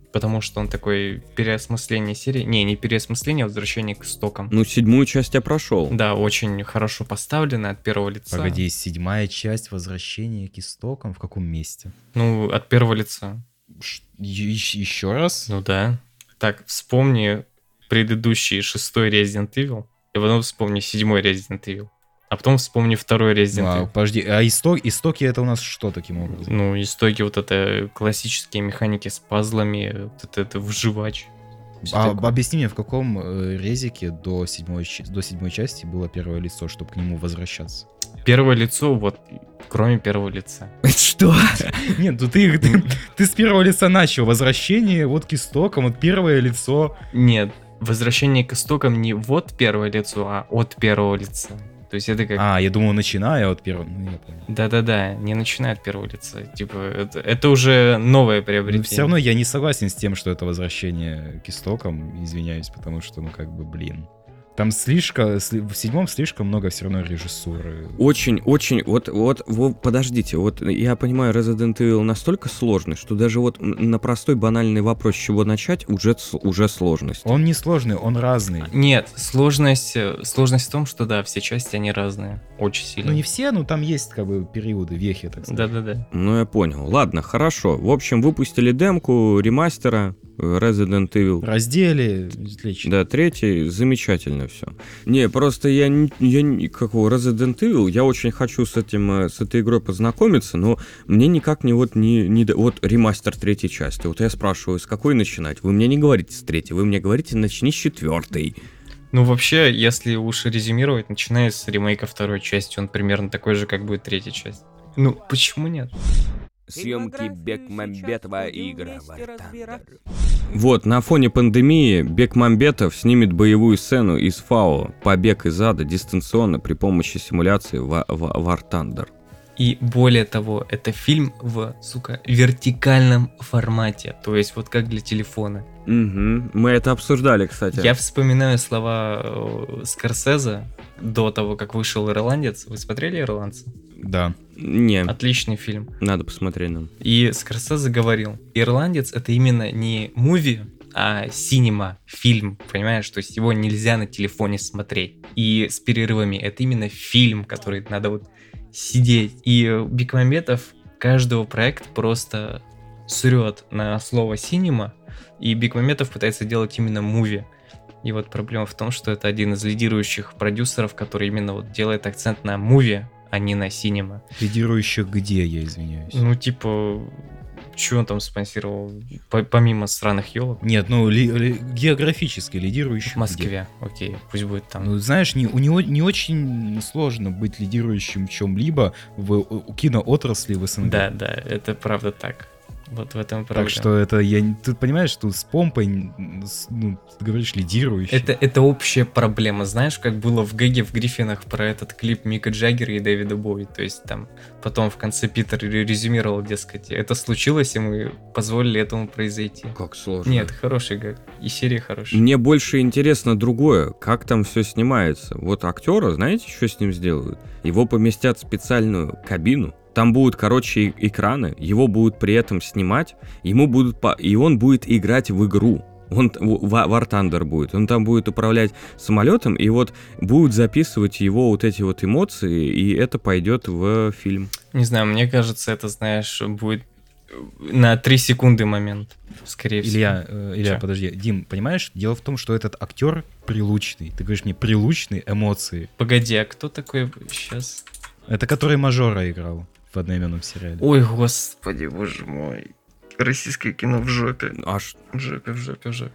потому что он такой переосмысление серии. Не, не переосмысление, а возвращение к истокам. Ну, седьмую часть я прошел. Да, очень хорошо поставлено от первого лица. Погоди, седьмая часть возвращения к истокам в каком месте? Ну, от первого лица. Ш- е- еще раз? Ну да. Так, вспомни предыдущий шестой Resident Evil, и потом вспомни седьмой Resident Evil. А потом вспомни второй Resident Ну, а, Evil. подожди, а исток, истоки это у нас что таким образом? Ну, истоки вот это классические механики с пазлами, вот это, это вживач. Всё А, такое. объясни мне, в каком э, резике до седьмой, ч- до седьмой части было первое лицо, чтобы к нему возвращаться? Первое лицо, вот, кроме первого лица. Что? Нет, ну ты, ты, ты с первого лица начал. Возвращение вот к истокам, вот первое лицо. Нет, возвращение к истокам не вот первое лицо, а от первого лица. То есть это как... А, я думал, начиная от первого. Ну, я понял. Да-да-да, не начинает от первого лица. Типа, это, это уже новое приобретение. Все равно я не согласен с тем, что это возвращение к истокам. Извиняюсь, потому что, ну, как бы, блин. Там слишком, сли- в седьмом слишком много все равно режиссуры. Очень-очень, вот, вот, вот, подождите, вот я понимаю, Resident Evil настолько сложный, что даже вот м, на простой банальный вопрос, с чего начать, уже, с- уже сложность. Он не сложный, он разный. Нет, сложность, э, сложность в том, что да, все части, они разные. Очень сильно. Ну, не все, но там есть, как бы, периоды, вехи, так сказать. Да-да-да. Ну, я понял. Ладно, хорошо. В общем, выпустили демку ремастера э, Resident Evil. Раздели, отлично. Да, третий, замечательно все. Не, просто я, не- я не- какого Resident Evil, я очень хочу с этим, э, с этой игрой познакомиться, но мне никак не вот не, не до- вот ремастер третьей части. Вот я спрашиваю, с какой начинать? Вы мне не говорите с третьей, вы мне говорите, начни с четвертой. Ну, вообще, если уж резюмировать, начиная с ремейка второй части, он примерно такой же, как будет третья часть. Ну, почему нет? Съемки Бекмамбетова и игра War Thunder. Вот, на фоне пандемии Бекмамбетов снимет боевую сцену из ФАО «Побег из ада» дистанционно при помощи симуляции Wa- Wa- War Thunder. И более того, это фильм в, сука, вертикальном формате. То есть вот как для телефона. Угу, мы это обсуждали, кстати. Я вспоминаю слова э, Скорсезе до того, как вышел «Ирландец». Вы смотрели «Ирландца»? Да. Не, Отличный фильм. надо посмотреть нам. И Скорсезе говорил, «Ирландец» — это именно не муви, а синема, фильм, понимаешь? То есть его нельзя на телефоне смотреть. И с перерывами это именно фильм, который надо вот сидеть. И Бекмамбетов каждого проекта просто срет на слово синема, и Бекмамбетов пытается делать именно муви. И вот проблема в том, что это один из лидирующих продюсеров, который именно вот делает акцент на муви, а не на синема. Лидирующих где, я извиняюсь? Ну, типа, что он там спонсировал, По- помимо странных елок? Нет, ну, ли- ли- географически лидирующих В Москве, окей, пусть будет где? там. Ну, знаешь, не, у него не очень сложно быть лидирующим в чем-либо в у- киноотрасли в СНГ. Да, да, это правда так. Вот в этом проблема. Так что это, я, не- ты понимаешь, что с помпой, н- с- ну, ты говоришь, лидирующий. Это, это общая проблема, знаешь, как было в Гэге в Гриффинах про этот клип Мика Джаггера и Дэвида Боуи. То есть там потом в конце Питер ре- резюмировал, дескать, это случилось, и мы позволили этому произойти. Как сложно. Нет, хороший гэг. И серия хорошая. Мне больше интересно другое, как там все снимается. Вот актера, знаете, что с ним сделают? Его поместят в специальную кабину, там будут, короче, и- экраны, его будут при этом снимать, ему будут по- и он будет играть в игру. Он т- в- в War Thunder будет, он там будет управлять самолетом, и вот будут записывать его вот эти вот эмоции, и это пойдет в фильм. Не знаю, мне кажется, это, знаешь, будет на три секунды момент, скорее всего. Илья, э, Илья, Чё? подожди, Дим, понимаешь, дело в том, что этот актер прилучный. Ты говоришь мне прилучный, эмоции. Погоди, а кто такой сейчас? Это который Мажора играл в одноименном сериале. Ой, господи, боже мой. Российское кино в жопе. Аж, В жопе, в жопе, в жопе.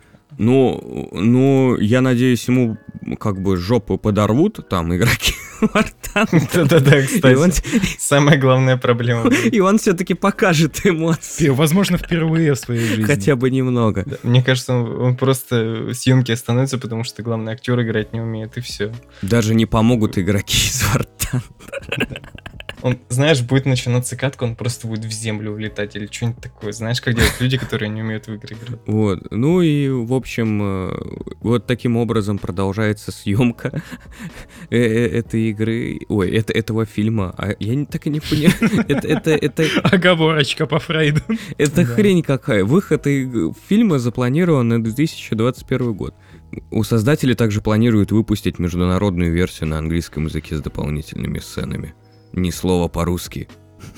ну, ну, я надеюсь, ему как бы жопу подорвут там игроки War Thunder. Да-да-да, И он, кстати. Самая главная проблема. и он все-таки покажет эмоции. Пе- Возможно, впервые в своей жизни. Хотя бы немного. Да, мне кажется, он, он просто съемки остановится, потому что главный актер играть не умеет, и все. Даже не помогут игроки из War Thunder. Он, знаешь, будет начинаться катка, он просто будет в землю улетать или что-нибудь такое. Знаешь, как делают люди, которые не умеют в игры играть. Вот. Ну и, в общем, э, вот таким образом продолжается съемка э- э- этой игры. Ой, это, этого фильма. А я не, так и не понял. Это, это, это, Оговорочка по Фрейду. это хрень какая. Выход и- фильма запланирован на две тысячи двадцать первый год. У создателей также планируют выпустить международную версию на английском языке с дополнительными сценами. Ни слова по-русски.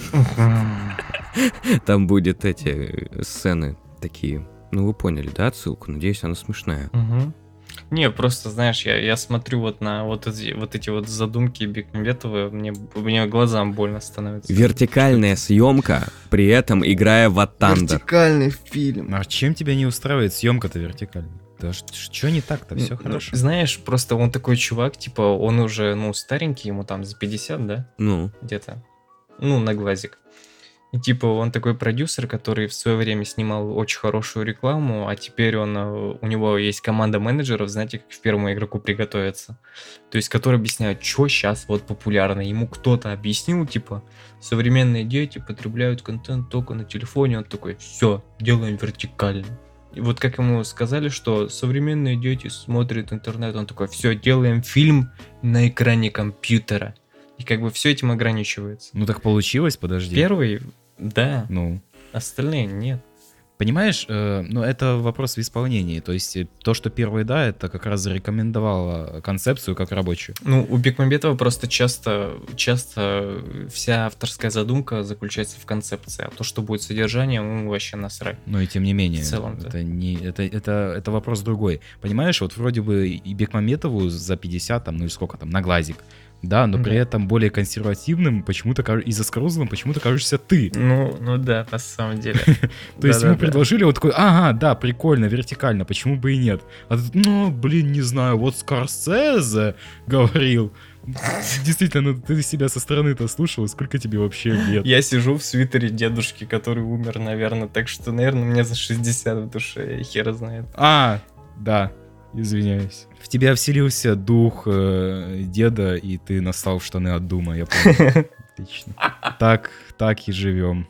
Там будет эти сцены такие. Ну, вы поняли, да, отсылку? Надеюсь, она смешная. Мгм. Не, просто, знаешь, я, я смотрю вот на вот эти вот, эти вот задумки Бекмамбетова, мне, мне глазам больно становится. Вертикальная съемка, при этом играя в War Thunder. Вертикальный фильм. А чем тебя не устраивает съемка-то вертикальная? Да что не так-то, все Ну, хорошо. Знаешь, просто он такой чувак, типа, он уже, ну, старенький, ему там за пятьдесят, да, Ну, где-то, ну, на глазик. И типа он такой продюсер, который в свое время снимал очень хорошую рекламу, а теперь он, э, у него есть команда менеджеров, знаете, как к первому игроку приготовиться. То есть, которые объясняют, что сейчас вот популярно. Ему кто-то объяснил, типа, современные дети потребляют контент только на телефоне. Он такой, все, делаем вертикально. И вот как ему сказали, что современные дети смотрят интернет, он такой, все, делаем фильм на экране компьютера. И как бы все этим ограничивается. Ну так получилось, подожди. Первый, да, Ну, остальные нет. понимаешь, э, ну это вопрос в исполнении. То есть э, то, что первый да, это как раз зарекомендовало концепцию как рабочую. Ну, у Бекмамбетова просто часто, часто вся авторская задумка заключается в концепции, а то, что будет содержание, ему вообще насрать. Но и тем не менее, В целом-то. это, не, это, это, это вопрос другой. Понимаешь, вот вроде бы и Бекмамбетову за пятьдесят, там, ну и сколько там, на глазик, да, но при Да. этом более консервативным почему-то кажу- и заскорузлым почему-то кажешься ты. Ну, ну да, на самом деле. То есть ему Да-да-да. предложили, вот такой, ага, да, прикольно, вертикально, почему бы и нет. А тут, ну, блин, не знаю, вот Скорсезе говорил. Действительно, ну ты себя со стороны-то слушал, сколько тебе вообще лет? Я сижу в свитере дедушки, который умер, наверное, так что, наверное, мне за шестьдесят в душе, хер знает. А, да, извиняюсь. В тебя вселился дух э, деда, и ты настал в штаны от Дума, я понял. Отлично. Так, так и живем.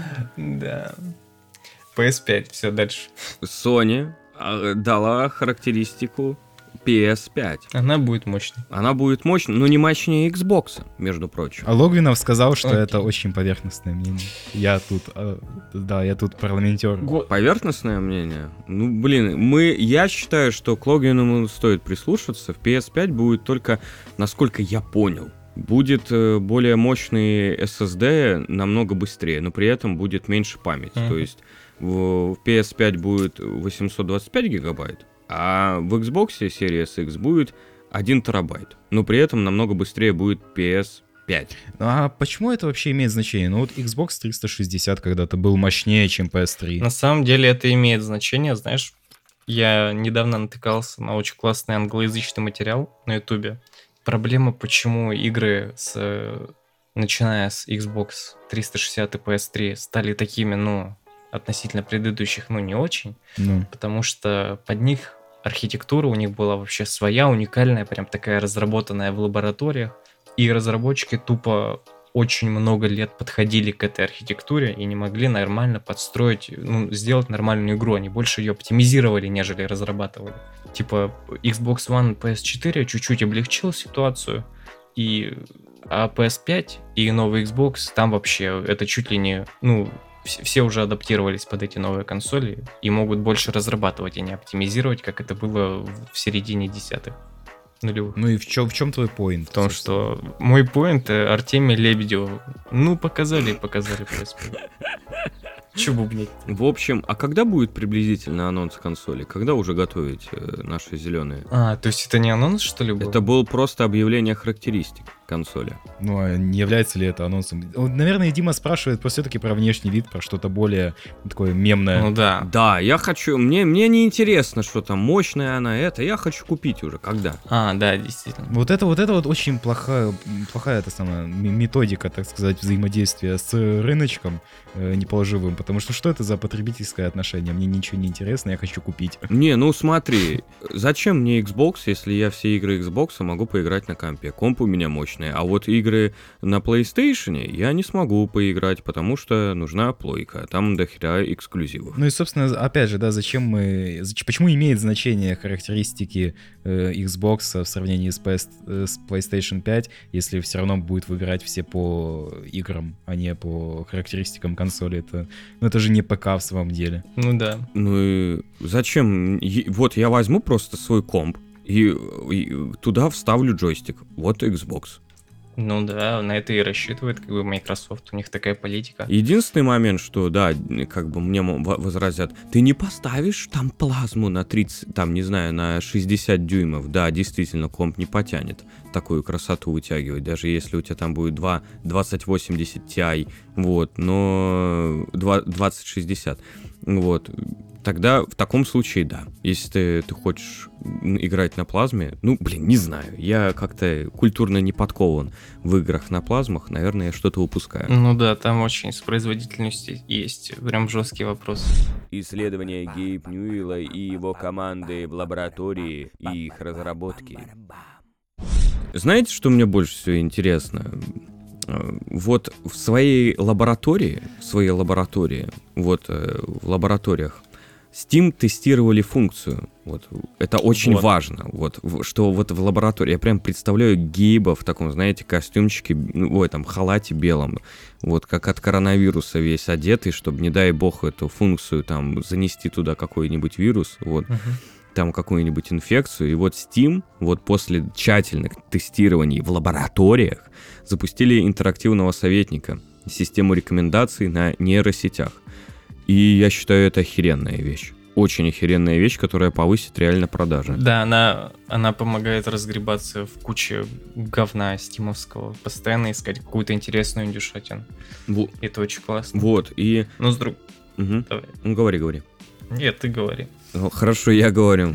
Да. пи эс пять, все, дальше. Sony а, дала характеристику пи эс пять. Она будет мощной. Она будет мощной, но не мощнее Xbox, между прочим. А Логвинов сказал, что Окей. это очень поверхностное мнение. Я тут, э, да, я тут парламентер. Поверхностное мнение? Ну, блин, мы, я считаю, что к Логвину стоит прислушаться. В пи эс пять будет только, насколько я понял, будет э, более мощный эс эс ди намного быстрее, но при этом будет меньше памяти. Мгм. То есть в, в пи эс пять будет восемьсот двадцать пять гигабайт, а в Xbox Series X будет один терабайт. Но при этом намного быстрее будет пи эс пять. А почему это вообще имеет значение? Ну вот Xbox триста шестьдесят когда-то был мощнее, чем пи эс три. На самом деле это имеет значение, знаешь, я недавно натыкался на очень классный англоязычный материал на ютубе. Проблема, почему игры, с, э, начиная с Xbox триста шестьдесят и пи эс три, стали такими, ну, относительно предыдущих, ну, не очень, Ну, потому что под них архитектура у них была вообще своя, уникальная, прям такая разработанная в лабораториях, и разработчики тупо очень много лет подходили к этой архитектуре и не могли нормально подстроить, ну, сделать нормальную игру. Они больше ее оптимизировали, нежели разрабатывали. Типа Xbox One, пи эс четыре чуть-чуть облегчил ситуацию, и а пи эс пять и новый Xbox, там вообще это чуть ли не, ну, вс- все уже адаптировались под эти новые консоли и могут больше разрабатывать, а не оптимизировать, как это было в в середине десятых нулевых. ну и в чем, в чем твой поинт? В том, что мой поинт э, Артемий Лебедев. Ну, показали и показали пи эс пять. Че бубнить? В общем, а когда будет приблизительно анонс консоли? Когда уже готовить э, наши зеленые? А, то есть это не анонс, что ли, был? Это было просто объявление характеристик консоли. Ну, а не является ли это анонсом? Вот, наверное, Дима спрашивает все-таки про внешний вид, про что-то более такое мемное. Ну да. Да, я хочу, мне, мне не интересно, что там мощная она, это, я хочу купить уже, когда? А, да, действительно. Вот это вот это вот очень плохая, плохая эта самая м- методика, так сказать, взаимодействия с рыночком э, неположивым, потому что что это за потребительское отношение? Мне ничего не интересно, я хочу купить. Не, ну смотри, зачем мне Xbox, если я все игры Xbox могу поиграть на компе? Комп у меня мощный. отличные. А вот игры на PlayStation я не смогу поиграть, потому что нужна плойка. Там дохера эксклюзивов. Ну и, собственно, опять же, да, зачем мы... зач- Почему имеет значение характеристики э, Xbox в сравнении с, P S, э, с PlayStation пять, если все равно будет выбирать все по играм, а не по характеристикам консоли? Это, ну, это же не ПК в самом деле. Ну да. Ну и зачем? Е- Вот я возьму просто свой комп и, и туда вставлю джойстик. Вот Xbox. Ну да, на это и рассчитывает как бы Microsoft, у них такая политика. Единственный момент, что, да, как бы мне мо- возразят, ты не поставишь там плазму на тридцать, там, не знаю, на шестьдесят дюймов. Да, действительно, комп не потянет такую красоту вытягивать, даже если у тебя там будет два двадцать восемьдесят Ti, вот, но двадцать шестьдесят, вот. Тогда в таком случае, да. Если ты, ты хочешь играть на плазме, ну, блин, не знаю. Я как-то культурно не подкован в играх на плазмах. Наверное, я что-то упускаю. Ну да, там очень с производительностью есть прям жесткий вопрос. Исследования Гейб Ньюэлла и его команды в лаборатории и их разработки. Знаете, что мне больше всего интересно? Вот в своей лаборатории, в своей лаборатории, вот в лабораториях, Steam тестировали функцию. Вот. Это очень Вот. важно. Вот. в- Что вот в лаборатории. Я прям представляю Гейба в таком, знаете, костюмчике, ну, ой, там, халате белом. Вот как от коронавируса весь одетый, чтобы, не дай бог, эту функцию там занести туда какой-нибудь вирус. Вот. Там какую-нибудь инфекцию. И вот Steam, вот после тщательных тестирований в лабораториях, запустили интерактивного советника, систему рекомендаций на нейросетях. И я считаю, это охеренная вещь. Очень охеренная вещь, которая повысит реально продажи. Да, она, она помогает разгребаться в куче говна стимовского, постоянно искать какую-то интересную индюшатину. Во- Это очень классно. Вот, и... Ну, с друг... Мгм. Давай. Ну, говори, говори. Нет, ты говори. Ну, хорошо, я говорю.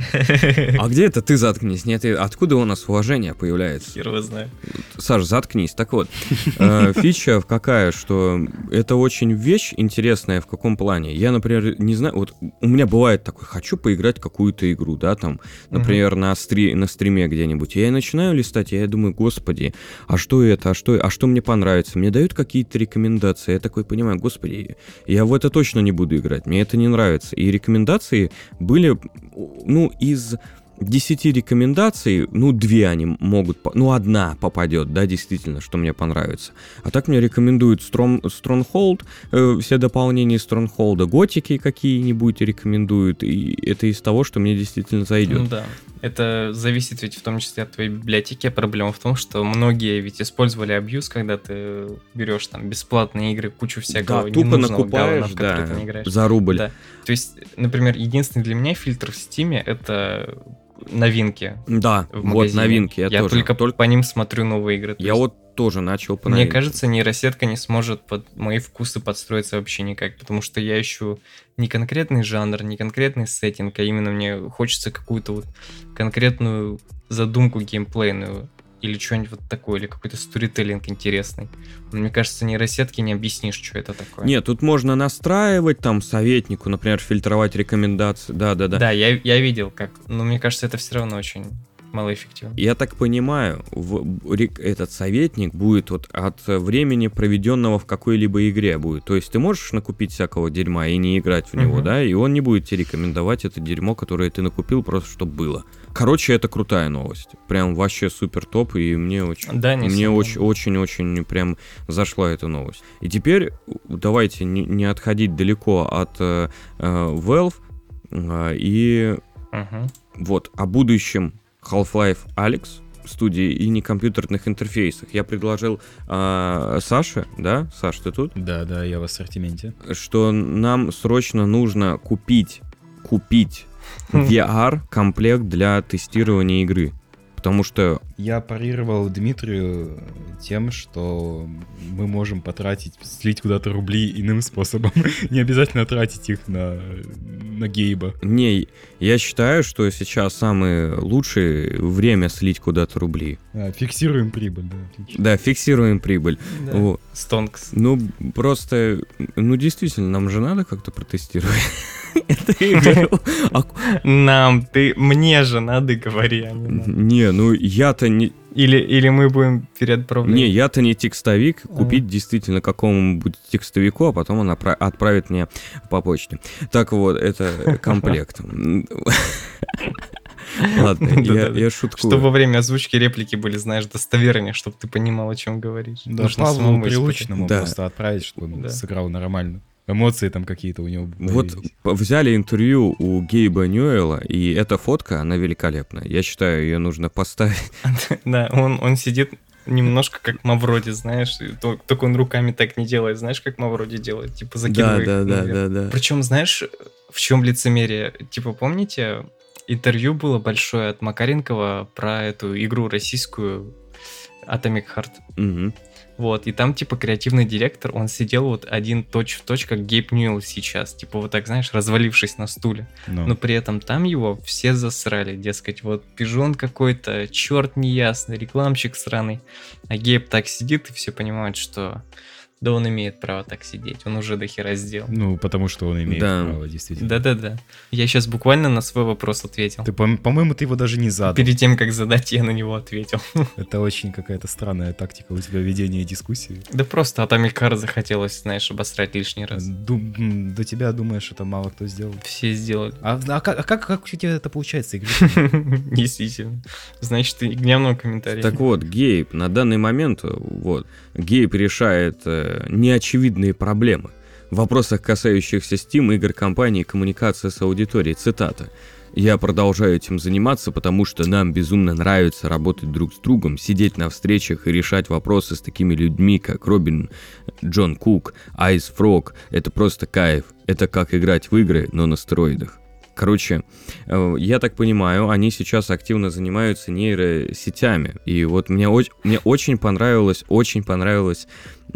А где это ты заткнись? Нет, и откуда у нас уважение появляется? Хер его знает. Саш, заткнись. Так вот, э, фича какая, что это очень вещь интересная в каком плане. Я, например, не знаю, вот у меня бывает такое, хочу поиграть в какую-то игру, да, там, например, на, стри- на стриме где-нибудь. Я начинаю листать, и я думаю, господи, а что это, а что, а что мне понравится? Мне дают какие-то рекомендации, я такой понимаю, господи, я в это точно не буду играть, мне это не нравится. И рекомендации были, ну, из десяти рекомендаций, ну, две они могут, по- ну, одна попадет, да, действительно, что мне понравится. А так мне рекомендуют Strong, Stronghold, э, все дополнения Stronghold, готики какие-нибудь рекомендуют, и это из того, что мне действительно зайдет. Ну да. Это зависит ведь в том числе от твоей библиотеки. Проблема в том, что многие ведь использовали абьюз, когда ты берешь там бесплатные игры, кучу всякого Да, тупо ненужного накупаешь, говна, в который да, ты не играешь. за рубль. Да. То есть, например, единственный для меня фильтр в Стиме — это новинки Да, в вот магазине. новинки, я, Я тоже. только, по ним смотрю новые игры. То Я есть, вот тоже начал по мне новинкам. кажется, нейросетка не сможет под мои вкусы подстроиться вообще никак, потому что я ищу не конкретный жанр, не конкретный сеттинг, а именно мне хочется какую-то вот конкретную задумку геймплейную или что-нибудь вот такое, или какой-то сторителлинг интересный. Но мне кажется, нейросетки не объяснишь, что это такое. Нет, тут можно настраивать, там, советнику, например, фильтровать рекомендации, да-да-да. Да, я, я видел как, но мне кажется, это все равно очень малоэффективно. Я так понимаю, в- рек- этот советник будет вот от времени, проведенного в какой-либо игре будет. То есть ты можешь накупить всякого дерьма и не играть в него, Мгм. да, и он не будет тебе рекомендовать это дерьмо, которое ты накупил, просто чтобы было. Короче, это крутая новость. Прям вообще супер топ, и мне очень, Да, мне несомненно. очень, очень, очень прям зашла эта новость. И теперь давайте не, не отходить далеко от э, э, Valve э, и Мгм. вот о будущем Half-Life Alyx студии и некомпьютерных интерфейсах. Я предложил э, Саше, да, Саш, ты тут? Да, да, я в ассортименте. Что нам срочно нужно купить, купить ви ар-комплект для тестирования игры. Потому что Я парировал Дмитрию тем, что мы можем потратить, слить куда-то рубли иным способом. Не обязательно тратить их на, на Гейба. не, я считаю, что сейчас самое лучшее время слить куда-то рубли. А, фиксируем прибыль, да, отлично. Да, фиксируем прибыль. Да. Вот. Стонкс. Ну, просто, ну, действительно, нам же надо как-то протестировать. Это я говорю. А- Нам, ты, мне же надо, говори, а не нам. Не, ну я-то не... Или, или мы будем переотправлять. Не, я-то не текстовик. Купить действительно какому-нибудь текстовику, а потом он отпра- отправит мне по почте. Так вот, это комплект. Ладно, я, Да-да-да. я шуткую. Чтобы во время озвучки реплики были, знаешь, достовернее, чтобы ты понимал, о чем говоришь. Да, Нужно Павлу самому Прилучному Да. просто отправить, чтобы он Да. сыграл нормально. Эмоции там какие-то у него Вот появились. п- взяли интервью у Гейба Ньюэлла, и эта фотка, она великолепная. Я считаю, ее нужно поставить. испытать. Да, он, он сидит немножко как Мавроди, знаешь, и то- только он руками так не делает, знаешь, как Мавроди делает, типа Да, закидывает. да, да, наверх. да, да. Причем, знаешь, в чем лицемерие? Типа, помните, интервью было большое от Макаренкова про эту игру российскую Atomic Heart? Мгм. Вот, и там, типа, креативный директор, он сидел вот один точь-в-точь, как Гейб Ньюэлл сейчас, типа, вот так, знаешь, развалившись на стуле. Ну. Но при этом там его все засрали, дескать, вот пижон какой-то, черт неясный, рекламщик сраный. А Гейб так сидит, и все понимают, что да он имеет право так сидеть, он уже до хера сделал. Ну, потому что он имеет Да. право, действительно. Да-да-да. Я сейчас буквально на свой вопрос ответил. Ты, по- по-моему, ты его даже не задал. Перед тем, как задать, я на него ответил. Это очень какая-то странная тактика у тебя ведения дискуссии. Да просто Atomic Heart захотелось, знаешь, обосрать лишний раз. Ду- м, до тебя, думаешь, это мало кто сделал. Все сделали. А, а как, а как, как у тебя это получается, Игорь? Действительно. Значит, ты гневного комментария. Так вот, Гейб на данный момент, э, вот, Гейб решает э, неочевидные проблемы в вопросах, касающихся Steam, игр компании и коммуникации с аудиторией. Цитата. «Я продолжаю этим заниматься, потому что нам безумно нравится работать друг с другом, сидеть на встречах и решать вопросы с такими людьми, как Робин Джон Кук, Айс Фрог. Это просто кайф. Это как играть в игры, но на стероидах». Короче, э, я так понимаю, они сейчас активно занимаются нейросетями. И вот мне, оч- мне очень понравилась, очень понравилась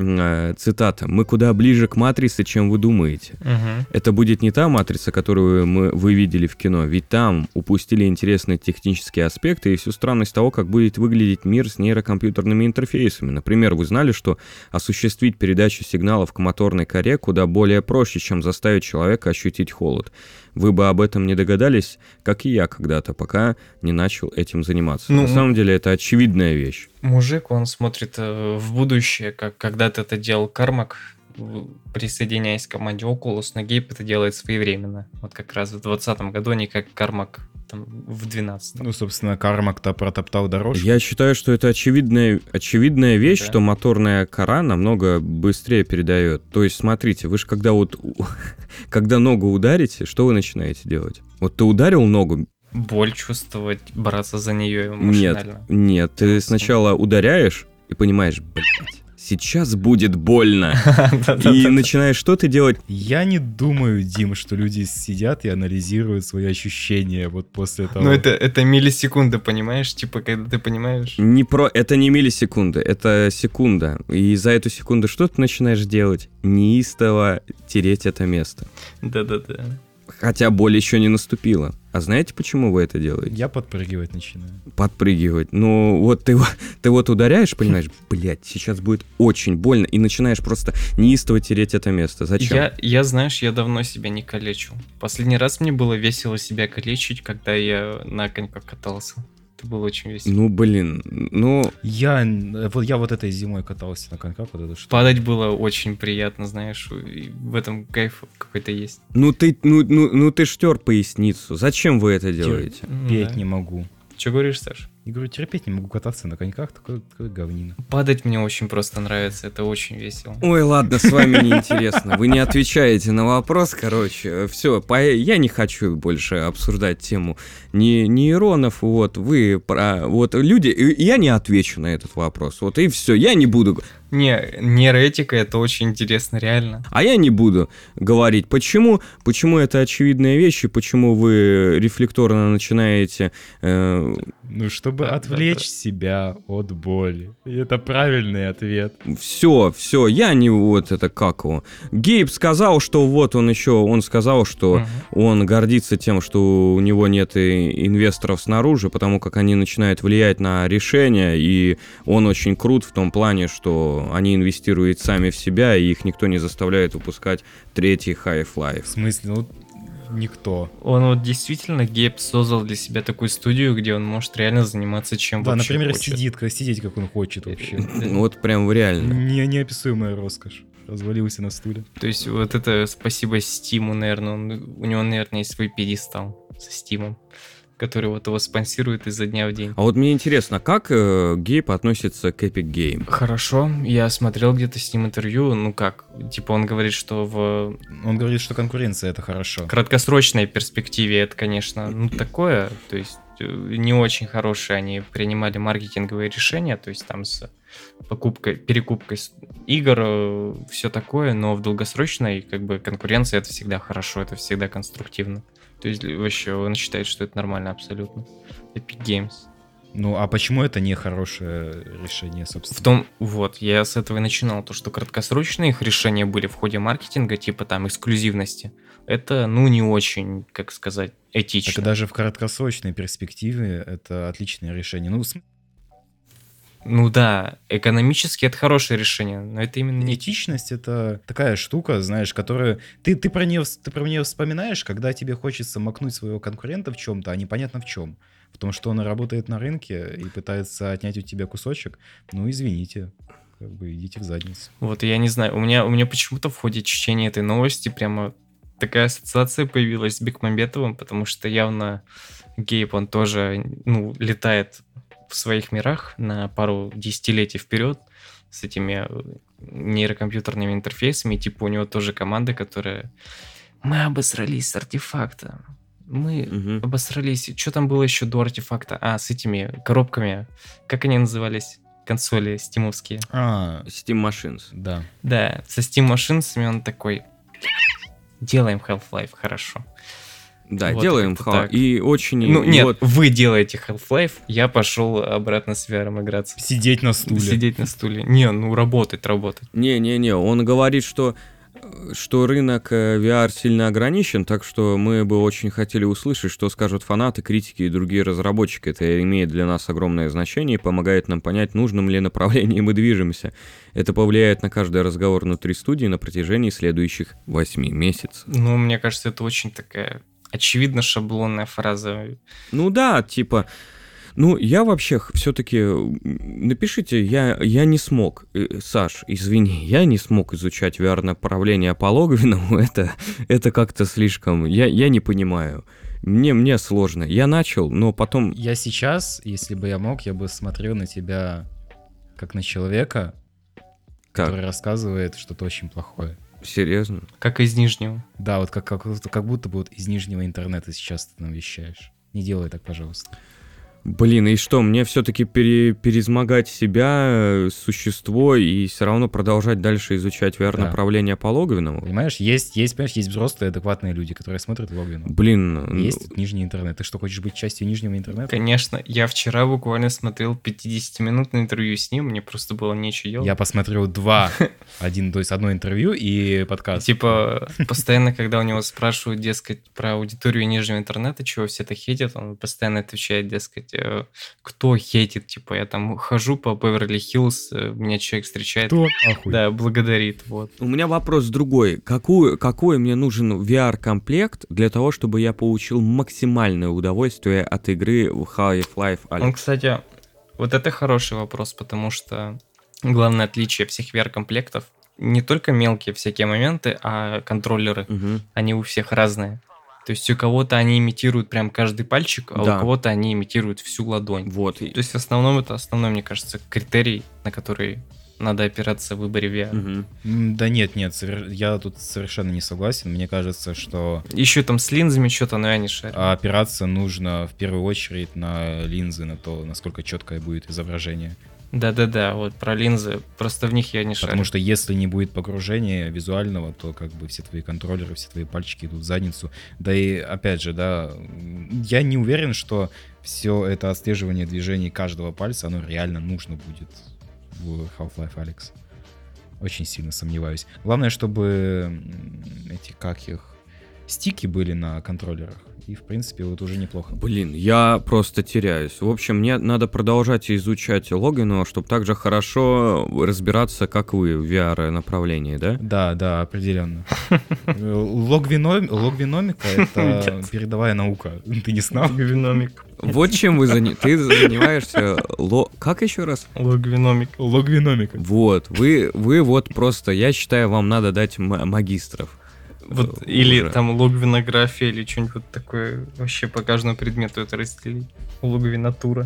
э, цитата. «Мы куда ближе к матрице, чем вы думаете». Мгм. Это будет не та матрица, которую мы, вы видели в кино, ведь там упустили интересные технические аспекты и всю странность того, как будет выглядеть мир с нейрокомпьютерными интерфейсами. Например, вы знали, что осуществить передачу сигналов к моторной коре куда более проще, чем заставить человека ощутить холод. Вы бы об этом не догадались, как и я когда-то, пока не начал этим заниматься. Ну, На самом деле это очевидная вещь. Мужик, он смотрит э, в будущее, как когда-то это делал Кармак, в- присоединяясь к команде Oculus, но Гейб это делает своевременно. Вот как раз в двадцатом году, а не как Кармак там, в двенадцатом. Ну, собственно, Кармак-то протоптал дорожку. Я считаю, что это очевидная, очевидная вещь, Да. что моторная кора намного быстрее передает. То есть, смотрите, вы же когда вот у- когда ногу ударите, что вы начинаете делать? Вот ты ударил ногу? Боль чувствовать, браться за нее Нет, машинально. нет, ты Ясно. сначала ударяешь и понимаешь, блядь, сейчас будет больно. Да-да-да. И начинаешь что ты делать? Я не думаю, Дим, что люди сидят и анализируют свои ощущения вот после того. Ну это, это миллисекунды, понимаешь? Типа, когда ты понимаешь... Не про, это не миллисекунды, это секунда. И за эту секунду что ты начинаешь делать? Неистово тереть это место. Да-да-да. Хотя боль еще не наступила. А знаете, почему вы это делаете? Я подпрыгивать начинаю. Подпрыгивать. Ну, вот ты, ты вот ударяешь, понимаешь, блядь, сейчас будет очень больно, и начинаешь просто неистово тереть это место. Зачем? Я, я, знаешь, я давно себя не калечил. Последний раз мне было весело себя калечить, когда я на коньках катался. Это было очень весело. Ну, блин, ну, Я, э, вот, я вот этой зимой катался на коньках, вот это что. Падать было очень приятно, знаешь, и в этом кайф какой-то есть. ну ты, ну, ну, ну ты штер поясницу. Зачем вы это делаете? Терпеть не могу. Что говоришь, Саш? Я говорю, терпеть не могу кататься на коньках, такое, такое говнина. Падать мне очень просто нравится, это очень весело. Ой, ладно, с вами неинтересно. Вы не отвечаете на вопрос, короче. Все, я не хочу больше обсуждать тему не нейронов. Вот, вы про... Вот люди... и Я не отвечу на этот вопрос. Вот, и все, я не буду... Не, нейроэтика это очень интересно, реально. А я не буду говорить, почему, почему это очевидная вещь, и почему вы рефлекторно начинаете... э, Ну, чтобы Да, отвлечь да, да. себя от боли. И это правильный ответ. все, все, я не вот это как его. Гейб сказал, что вот он еще, он сказал, что Мгм. он гордится тем, что у него нет и инвесторов снаружи, потому как они начинают влиять на решения, и он очень крут в том плане, что они инвестируют сами в себя, и их никто не заставляет выпускать третий Half-Life. В смысле, ну, никто. Он вот действительно, Гейб создал для себя такую студию, где он может реально заниматься чем Да, вообще например, хочет. сидит, как- сидеть, как он хочет вообще. Вот прям реально. Не, неописуемая роскошь. Развалился на стуле. То есть вот это спасибо Стиму, наверное, он, у него, наверное, есть свой пьедестал со Стимом, который вот его спонсирует изо дня в день. А вот мне интересно, как э, Гейб относится к Epic Game? Хорошо, я смотрел где-то с ним интервью, ну как, типа он говорит, что в Он говорит, что конкуренция — это хорошо. краткосрочной перспективе это, конечно, ну такое, то есть э, не очень хорошие они принимали маркетинговые решения, то есть там с покупкой, перекупкой с- игр, все такое, но в долгосрочной как бы конкуренции это всегда хорошо, это всегда конструктивно. То есть вообще он считает, что это нормально абсолютно. Epic Games. Ну, а почему это не хорошее решение, В собственно? том, вот, я с этого и начинал, то, что краткосрочные их решения были в ходе маркетинга, типа там эксклюзивности. Это, ну, не очень, как сказать, этично. Так даже в краткосрочной перспективе это отличное решение. Ну, см- Ну да, экономически это хорошее решение, но это именно не этичность — это такая штука, знаешь, которую... Ты, ты, про нее, ты про нее вспоминаешь, когда тебе хочется макнуть своего конкурента в чем-то, а непонятно в чем. В том, что он работает на рынке и пытается отнять у тебя кусочек. Ну, извините, как бы идите в задницу. Вот, я не знаю, у меня, у меня почему-то в ходе чтения этой новости прямо такая ассоциация появилась с Бекмамбетовым, потому что явно Гейб, он тоже, ну, летает в своих мирах на пару десятилетий вперед с этими э, нейрокомпьютерными интерфейсами, и типа у него тоже команда, которая... Мы обосрались с артефакта. Мы Мгм. обосрались. Что там было еще до артефакта? А, с этими коробками. Как они назывались? Консоли стимовские. А, Steam Machines. да. Да, со Steam Machines он такой... Делаем Half-Life, хорошо. Да, Вот делаем как-то ха. так. И очень... Ну, и нет, вот- вы делаете Half-Life, я пошел обратно с ви ар играться. Сидеть на стуле. Сидеть на стуле. Не, ну работать, работать. Не-не-не, он говорит, что, что рынок э, ви ар сильно ограничен, так что мы бы очень хотели услышать, что скажут фанаты, критики и другие разработчики. Это имеет для нас огромное значение и помогает нам понять, в нужном ли направлении мы движемся. Это повлияет на каждый разговор внутри студии на протяжении следующих восьми месяцев. Ну, мне кажется, это очень такая очевидно шаблонная фраза. Ну да, типа... Ну, я вообще все-таки... Напишите, я, я не смог, э, Саш, извини, я не смог изучать ви ар-направление по логовинам, это, это как-то слишком... Я, я не понимаю. Мне, мне сложно. Я начал, но потом... Я сейчас, если бы я мог, я бы смотрел на тебя как на человека, Как? который рассказывает что-то очень плохое. Серьезно? Как из Нижнего. Да, вот как, как, как будто бы вот из нижнего интернета сейчас ты нам вещаешь. Не делай так, пожалуйста. Блин, и что, мне все-таки пере, перезмогать себя, э, существо, и все равно продолжать дальше изучать ви ар-направление по логовинам? Понимаешь, есть, есть, понимаешь, есть взрослые, адекватные люди, которые смотрят Логвину. Блин, ну, Есть тут нижний интернет. Ты что, хочешь быть частью нижнего интернета? Конечно, я вчера буквально смотрел пятидесятиминутное интервью с ним, мне просто было нечего делать. Я посмотрел два. Один, то есть одно интервью и подкаст. Типа, постоянно, когда у него спрашивают, дескать, про аудиторию нижнего интернета, чего все это хейтят, он постоянно отвечает, дескать, э, кто хейтит, типа, я там хожу по Беверли-Хиллз, э, меня человек встречает, Кто нахуй? да, благодарит, вот. У меня вопрос другой. Какую, какой мне нужен ви ар-комплект для того, чтобы я получил максимальное удовольствие от игры в Half-Life Он, Alyx? кстати, вот это хороший вопрос, потому что главное отличие всех ви ар-комплектов не только мелкие всякие моменты, а контроллеры, Мгм. они у всех разные. То есть у кого-то они имитируют прям каждый пальчик, а Да. у кого-то они имитируют всю ладонь. Вот. и- То есть в основном это основной, мне кажется, критерий, на который надо опираться в выборе ви ар. Мгм. М, Да нет, нет, совер- я тут совершенно не согласен. Мне кажется, что Еще там с линзами что-то, но я не шарю. опираться нужно в первую очередь на линзы, на то, насколько четкое будет изображение. Да-да-да, вот про линзы, просто в них я не шарю. Потому что если не будет погружения визуального, то как бы все твои контроллеры, все твои пальчики идут в задницу. Да и опять же, да, м, я не уверен, что все это отслеживание движений каждого пальца, оно реально нужно будет в Half-Life Alyx. Очень сильно сомневаюсь. Главное, чтобы м, эти, как их, стики были на контроллерах. И, в принципе, вот уже неплохо. Блин, я просто теряюсь. В общем, мне надо продолжать изучать логину, чтобы также хорошо разбираться, как вы в ви ар-направлении, да? Да, да, определенно. Логвиномика — это передовая наука. Ты не знал? Логвиномик. Вот чем вы заня... ты занимаешься... Ло... Как еще раз? Логвиномик. Логвиномика. Вот, вы, вы вот просто, я считаю, вам надо дать м- магистров. Вот, Э, или уже. там логвинография, или что-нибудь вот такое. Вообще по каждому предмету это разделить. Логвинатура.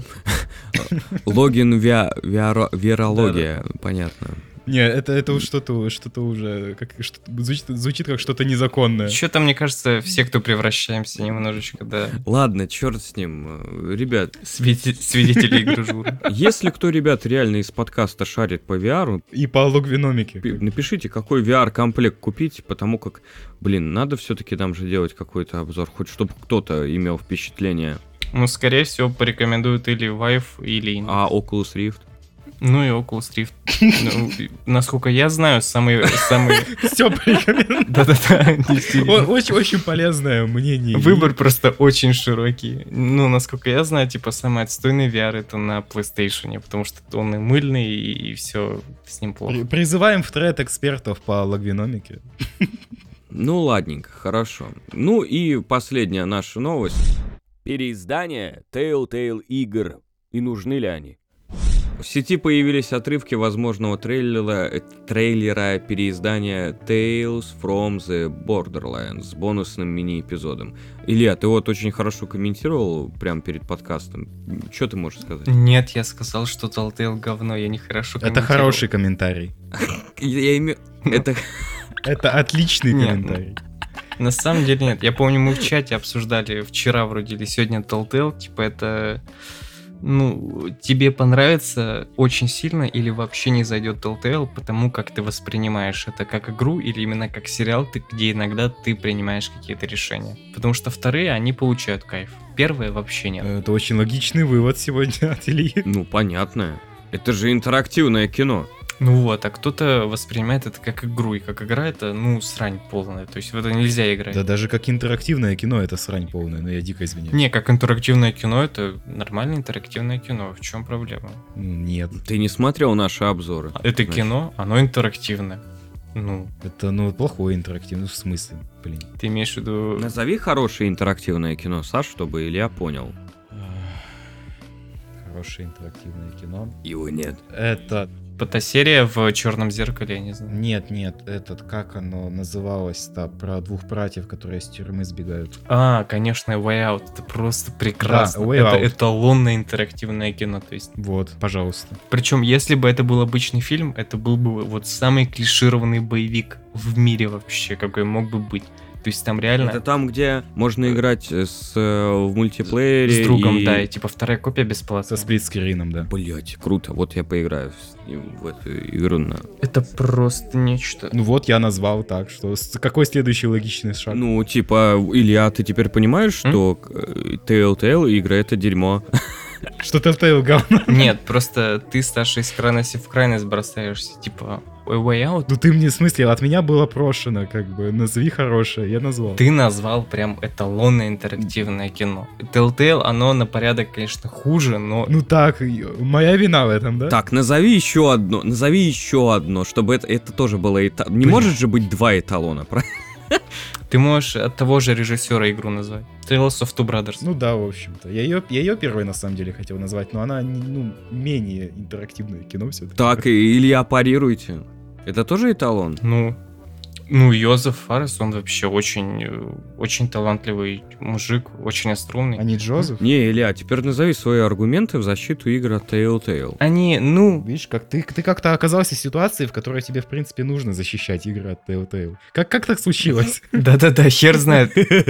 Логин виа... виаро... вирология, понятно. Не, это, это уж что-то, что-то уже как, что звучит, звучит как что-то незаконное. Что-то, мне кажется, все, кто превращаемся немножечко, да. Ладно, черт с ним. Э, Ребят, Свидетели, свидетели игры Журы. если кто, ребят, реально из подкаста шарит по ви ар, И по логвиномике. пи- напишите, какой ви ар-комплект купить, потому как, блин, надо все-таки нам же делать какой-то обзор, хоть чтобы кто-то имел впечатление. Ну, скорее всего, порекомендуют или Vive, или Index. А Oculus Rift? Ну и Oculus Rift. Ну, насколько я знаю, самый... самый... Все порекомендую. Да-да-да, действительно. Очень, очень полезное мнение. Выбор просто очень широкий. Ну, насколько я знаю, типа, самый отстойный ви ар это на PlayStation, потому что он и мыльный, и, и все с ним плохо. При- Призываем в тред экспертов по логвиномике. Ну, ладненько, хорошо. Ну и последняя наша новость. Переиздание Telltale игр. И нужны ли они? В сети появились отрывки возможного трейлера, э, трейлера переиздания Tales from the Borderlands с бонусным мини-эпизодом. Илья, ты вот очень хорошо комментировал прямо перед подкастом. Что ты можешь сказать? Нет, я сказал, что Telltale говно, я нехорошо Это комментировал. хороший комментарий. Я, я имею... Это... Это отличный Нет. комментарий. На самом деле нет. Я помню, мы в чате обсуждали вчера вроде или сегодня Telltale, типа это... Ну, тебе понравится очень сильно или вообще не зайдет Telltale, потому как ты воспринимаешь это как игру или именно как сериал, ты, где иногда ты принимаешь какие-то решения. Потому что вторые, они получают кайф. Первые вообще нет. Это очень логичный вывод сегодня от Ильи. Ну, понятно. Это же интерактивное кино. Ну вот, а кто-то воспринимает это как игру, и как игра это, ну, срань полная. То есть в это нельзя играть. Да даже как интерактивное кино это срань полная, но я дико извиняюсь. Не, как интерактивное кино, это нормальное интерактивное кино. В чем проблема? Ну, Нет. Ты не смотрел наши обзоры? Это Значит, кино, оно интерактивное. Ну, Это, ну, плохое интерактивное. В смысле, блин. ты имеешь в виду... Назови хорошее интерактивное кино, Саш, чтобы Илья понял. Хорошее интерактивное кино. Его нет. Это... Фотосерия в черном зеркале, я не знаю. Нет, нет, этот, как оно называлось-то, про двух братьев, которые из тюрьмы сбегают. А, конечно, Way Out. Это просто прекрасно. Да, Way это Out. эталонное интерактивное кино. То есть. Вот, пожалуйста. Причем, если бы это был обычный фильм, это был бы вот самый клишированный боевик в мире вообще, какой мог бы быть. То есть там реально Это там, где можно играть с, э, в мультиплеере. с другом, и... да, и типа вторая копия бесплатно. Со сплитскрином, да. Блять, круто. Вот я поиграю в, в эту игру на... Это просто нечто. Ну вот, я назвал так, что... с- Какой следующий логичный шаг? Ну, типа, Илья, ты теперь понимаешь, что э, Telltale игры — это дерьмо? Что Telltale говно? Нет, просто ты, Саша, из крайности в крайность бросаешься. Типа, Way Out. Ну ты мне, в смысле, от меня было прошено, как бы, назови хорошее, я назвал. Ты назвал прям эталонное интерактивное кино. Telltale, оно на порядок, конечно, хуже, но... Ну так, и- моя вина в этом, да? Так, назови еще одно, назови еще одно, чтобы это, это тоже было эта... Не Блин. может же быть два эталона, правильно? Ты можешь от того же режиссера игру назвать. Tales of Two Brothers. Ну да, в общем-то. Я ее, я ее первой на самом деле хотел назвать, но она, не- ну, менее интерактивное кино все-таки. Так, и Илья, парируйте. Это тоже эталон? Ну, ну, Йозеф Фаррес, он вообще очень, э, очень талантливый мужик, очень остроумный. А не Джозеф? Не, Илья, теперь назови свои аргументы в защиту игр от Telltale. Они, ну, Видишь, как ты, ты как-то оказался в ситуации, в которой тебе, в принципе, нужно защищать игры от Telltale. Как, как так случилось? да-да-да, хер знает.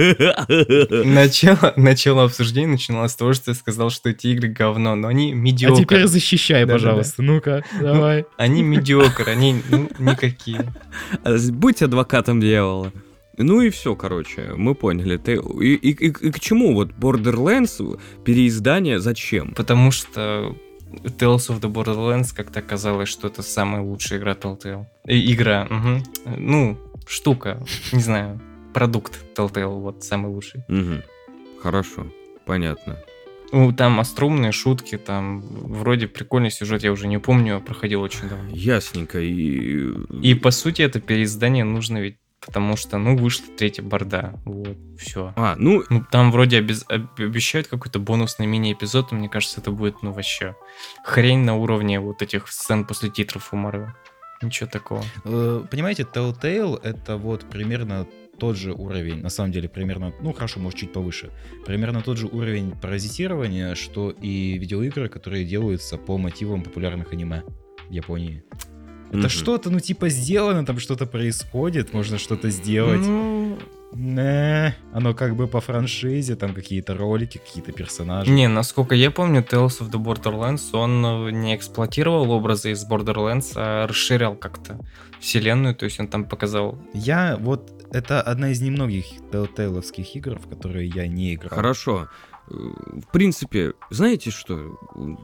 Начало, начало обсуждения начиналось с того, что я сказал, что эти игры говно, но они А медиокр. теперь защищай, Да-да-да. пожалуйста. Ну-ка, давай. Они медиокр, они ну, никакие. Будь адвокатом дьявола. Ну и все, короче, мы поняли. Ты... И, и- и- и к чему вот Borderlands переиздание, зачем? Потому что Tales of the Borderlands как-то оказалось, что это самая лучшая игра Telltale. Э, игра, мгм. Ну, штука, не знаю. продукт Telltale, вот, самый лучший. Угу. Хорошо, понятно. Ну, там остроумные шутки, там вроде прикольный сюжет, я уже не помню, проходил очень давно. Ясненько. И, И по сути это переиздание нужно ведь, потому что, ну, вышла третья борда, вот, все. А, ну, Ну, там вроде обез- об- обещают какой-то бонусный мини-эпизод, но мне кажется, это будет, ну, вообще хрень на уровне вот этих сцен после титров у Марвел. Ничего такого. Э, Понимаете, Telltale — это вот примерно тот же уровень, на самом деле, примерно, ну, хорошо, может, чуть повыше, примерно тот же уровень паразитирования, что и видеоигры, которые делаются по мотивам популярных аниме в Японии. Это Мгм. что-то, ну, типа, сделано, там что-то происходит, можно что-то сделать. Ну, Не, оно как бы по франшизе, там какие-то ролики, какие-то персонажи. не, насколько я помню, Tales of the Borderlands, он э, не эксплуатировал образы из Borderlands, а расширял как-то вселенную, то есть он там показал... Я вот, это одна из немногих Telltale-овских игр, в которые я не играл. хорошо. Э, В принципе, знаете что?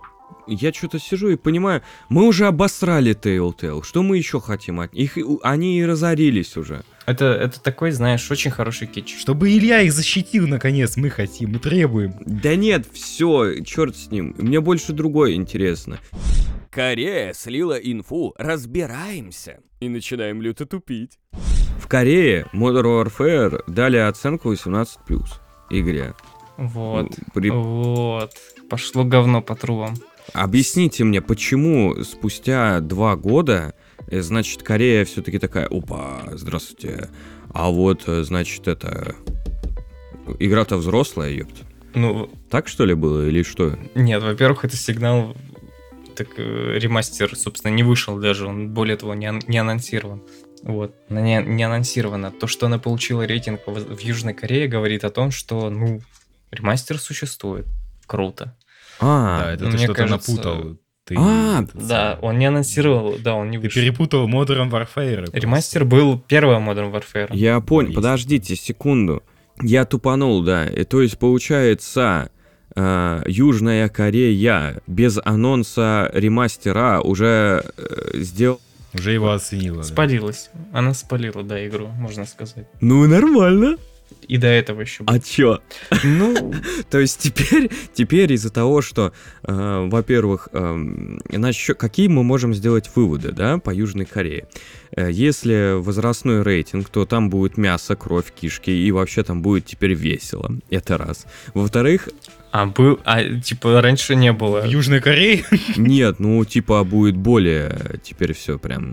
Я что-то сижу и понимаю, мы уже обосрали Telltale. Что мы еще хотим от них? И- Они и разорились уже. Это, это такой, знаешь, очень хороший кетч. Чтобы Илья их защитил, наконец, мы хотим, мы требуем. Да нет, все, черт с ним. Мне больше другое интересно. Корея слила инфу, разбираемся. И начинаем люто тупить. В Корее Modern Warfare дали оценку восемнадцать плюс игре. Вот, При- вот. Пошло говно по трубам. Объясните мне, почему спустя два года, э, значит, Корея все-таки такая, опа, здравствуйте, а вот, э, значит, это... Игра-то взрослая, ёпт. Ну, Так, что ли, было, или что? нет, во-первых, это сигнал, так э, ремастер, собственно, не вышел даже, он, более того, не, ан- не анонсирован. Вот, не, не анонсировано. То, что она получила рейтинг в, в Южной Корее, говорит о том, что, ну, ремастер существует. Круто. А, Да, это мне ты что-то кажется, напутал. Ты, А, это Да, он не анонсировал, да, он не Ты вышел. перепутал Modern Warfare. просто. Ремастер был первого Modern Warfare. я понял, Есть. подождите секунду. Я тупанул, да. И, то есть, получается, э, Южная Корея без анонса ремастера уже э, сделал... Уже его оценила. да. Спалилась. Она спалила, да, игру, можно сказать. Ну, нормально. И до этого еще было. А чё? Ну, То есть теперь, теперь из-за того, что, э, во-первых, эм, насчё- какие мы можем сделать выводы, да, по Южной Корее? Э, Если возрастной рейтинг, то там будет мясо, кровь, кишки, и вообще там будет теперь весело. Это раз. Во-вторых, а был, а типа раньше не было. В Южной Корее? нет, ну, типа, будет более теперь все прям...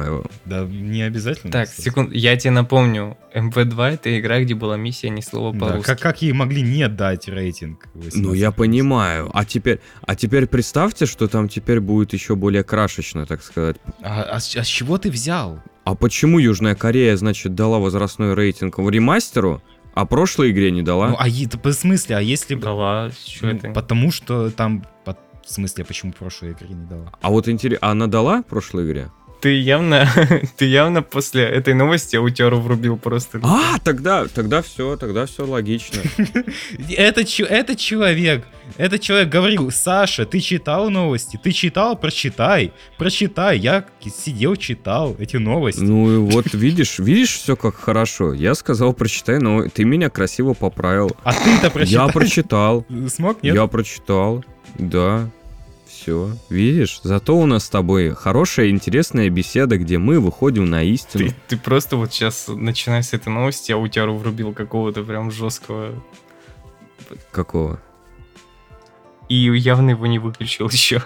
Да, не обязательно. Так, кстати. секунд, я тебе напомню, эм вэ два это игра, где была миссия ни слова Да, по-русски. как, как ей могли не дать рейтинг? Ну, я восемнадцать? понимаю. А теперь, а теперь представьте, что там теперь будет еще более крашечно, так сказать. А, а с, а с чего ты взял? А почему Южная Корея, значит, дала возрастной рейтинг в ремастеру, а прошлой игре не дала? Ну, а е- в смысле, а если бы... Дала, что Ну, это? Потому что там... по- В смысле, а почему прошлой игре не дала? А вот интересно, а она дала в прошлой игре? Ты явно, ты явно после этой новости аутер врубил просто. А, тогда, тогда все, тогда все логично. Это, че- это человек, этот человек говорил: Саша, ты читал новости? Ты читал? Прочитай, прочитай. Я сидел, читал эти новости. Ну и вот видишь, видишь все как хорошо. Я сказал, прочитай, но ты меня красиво поправил. А ты-то прочитал? Я прочитал. Смог, нет? Я прочитал, да. Все, видишь? Зато у нас с тобой хорошая, интересная беседа, где мы выходим на истину. Ты, ты просто вот сейчас, начиная с этой новости, аутеру врубил какого-то прям жесткого. Какого? И явно его не выключил еще.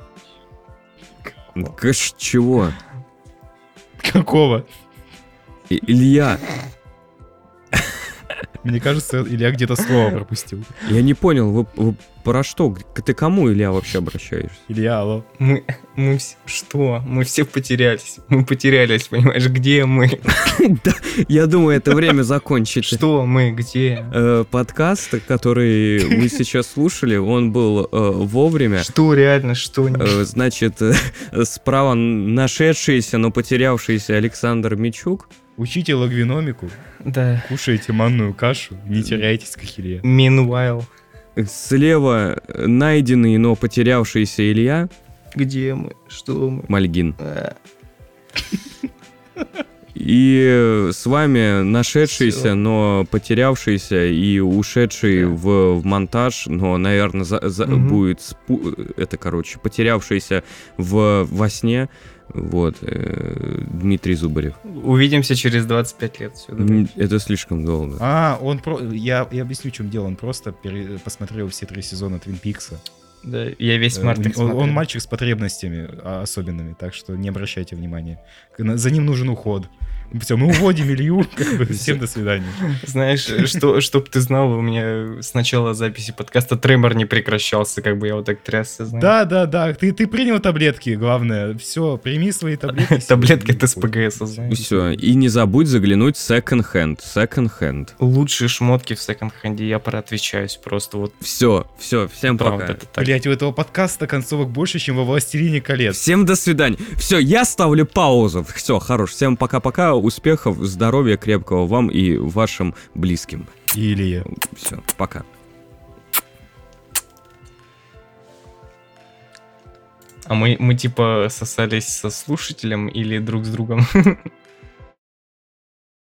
Кэш, чего? Какого? И- Илья, Мне кажется, Илья где-то слово пропустил. я не понял, вы, вы про что? Ты кому, Илья, вообще обращаешься? Илья, алло. Мы, мы все, что? Мы все потерялись. Мы потерялись, понимаешь, где мы? Да, я думаю, это время закончить. Что мы, где? Э, Подкаст, который вы сейчас слушали, он был э, вовремя. Что реально, что нет? Э, Значит, э, справа нашедшийся, но потерявшийся Александр Мичук. Учите логвиномику, Да. кушайте манную кашу, не теряйтесь, как Илья. Meanwhile. Слева найденный, но потерявшийся Илья Где мы? Что мы? Мальгин. А. И с вами нашедшийся, Всё. но потерявшийся и ушедший в, в монтаж, но, наверное, за, за- Мгм. будет спу- это, короче, потерявшийся в, во сне, вот, э, Дмитрий Зубарев. Увидимся через двадцать пять лет. Всё, давай. М, Это слишком долго. А, он про... Я, я объясню, в чем дело. Он просто пере- посмотрел все три сезона Твин Пикса. Да, я весь Э, Мартин он, он смотрел. мальчик с потребностями а, особенными, так что не обращайте внимания. К- на- За ним нужен уход. Все, мы уводим Илью, как бы, всем до свидания. Знаешь, что, чтоб ты знал, у меня с начала записи подкаста тремор не прекращался, как бы я вот так трясся, знаешь. Да, да, да, ты, ты принял таблетки, главное. Все, прими свои таблетки. Таблетка от СПГС, знаешь. Все, и не забудь заглянуть в Second Hand. Second Hand. Лучшие шмотки в секонд-хенде, я проотвечаюсь просто вот. Все, все, всем Правда, пока. это так. Блять, у этого подкаста концовок больше, чем во «Властелине колец». Всем до свидания. Все, я ставлю паузу. Все, хорош. Всем пока-пока. Успехов, здоровья крепкого вам и вашим близким. Или... Все, пока. А мы, мы типа сосались со слушателем или друг с другом?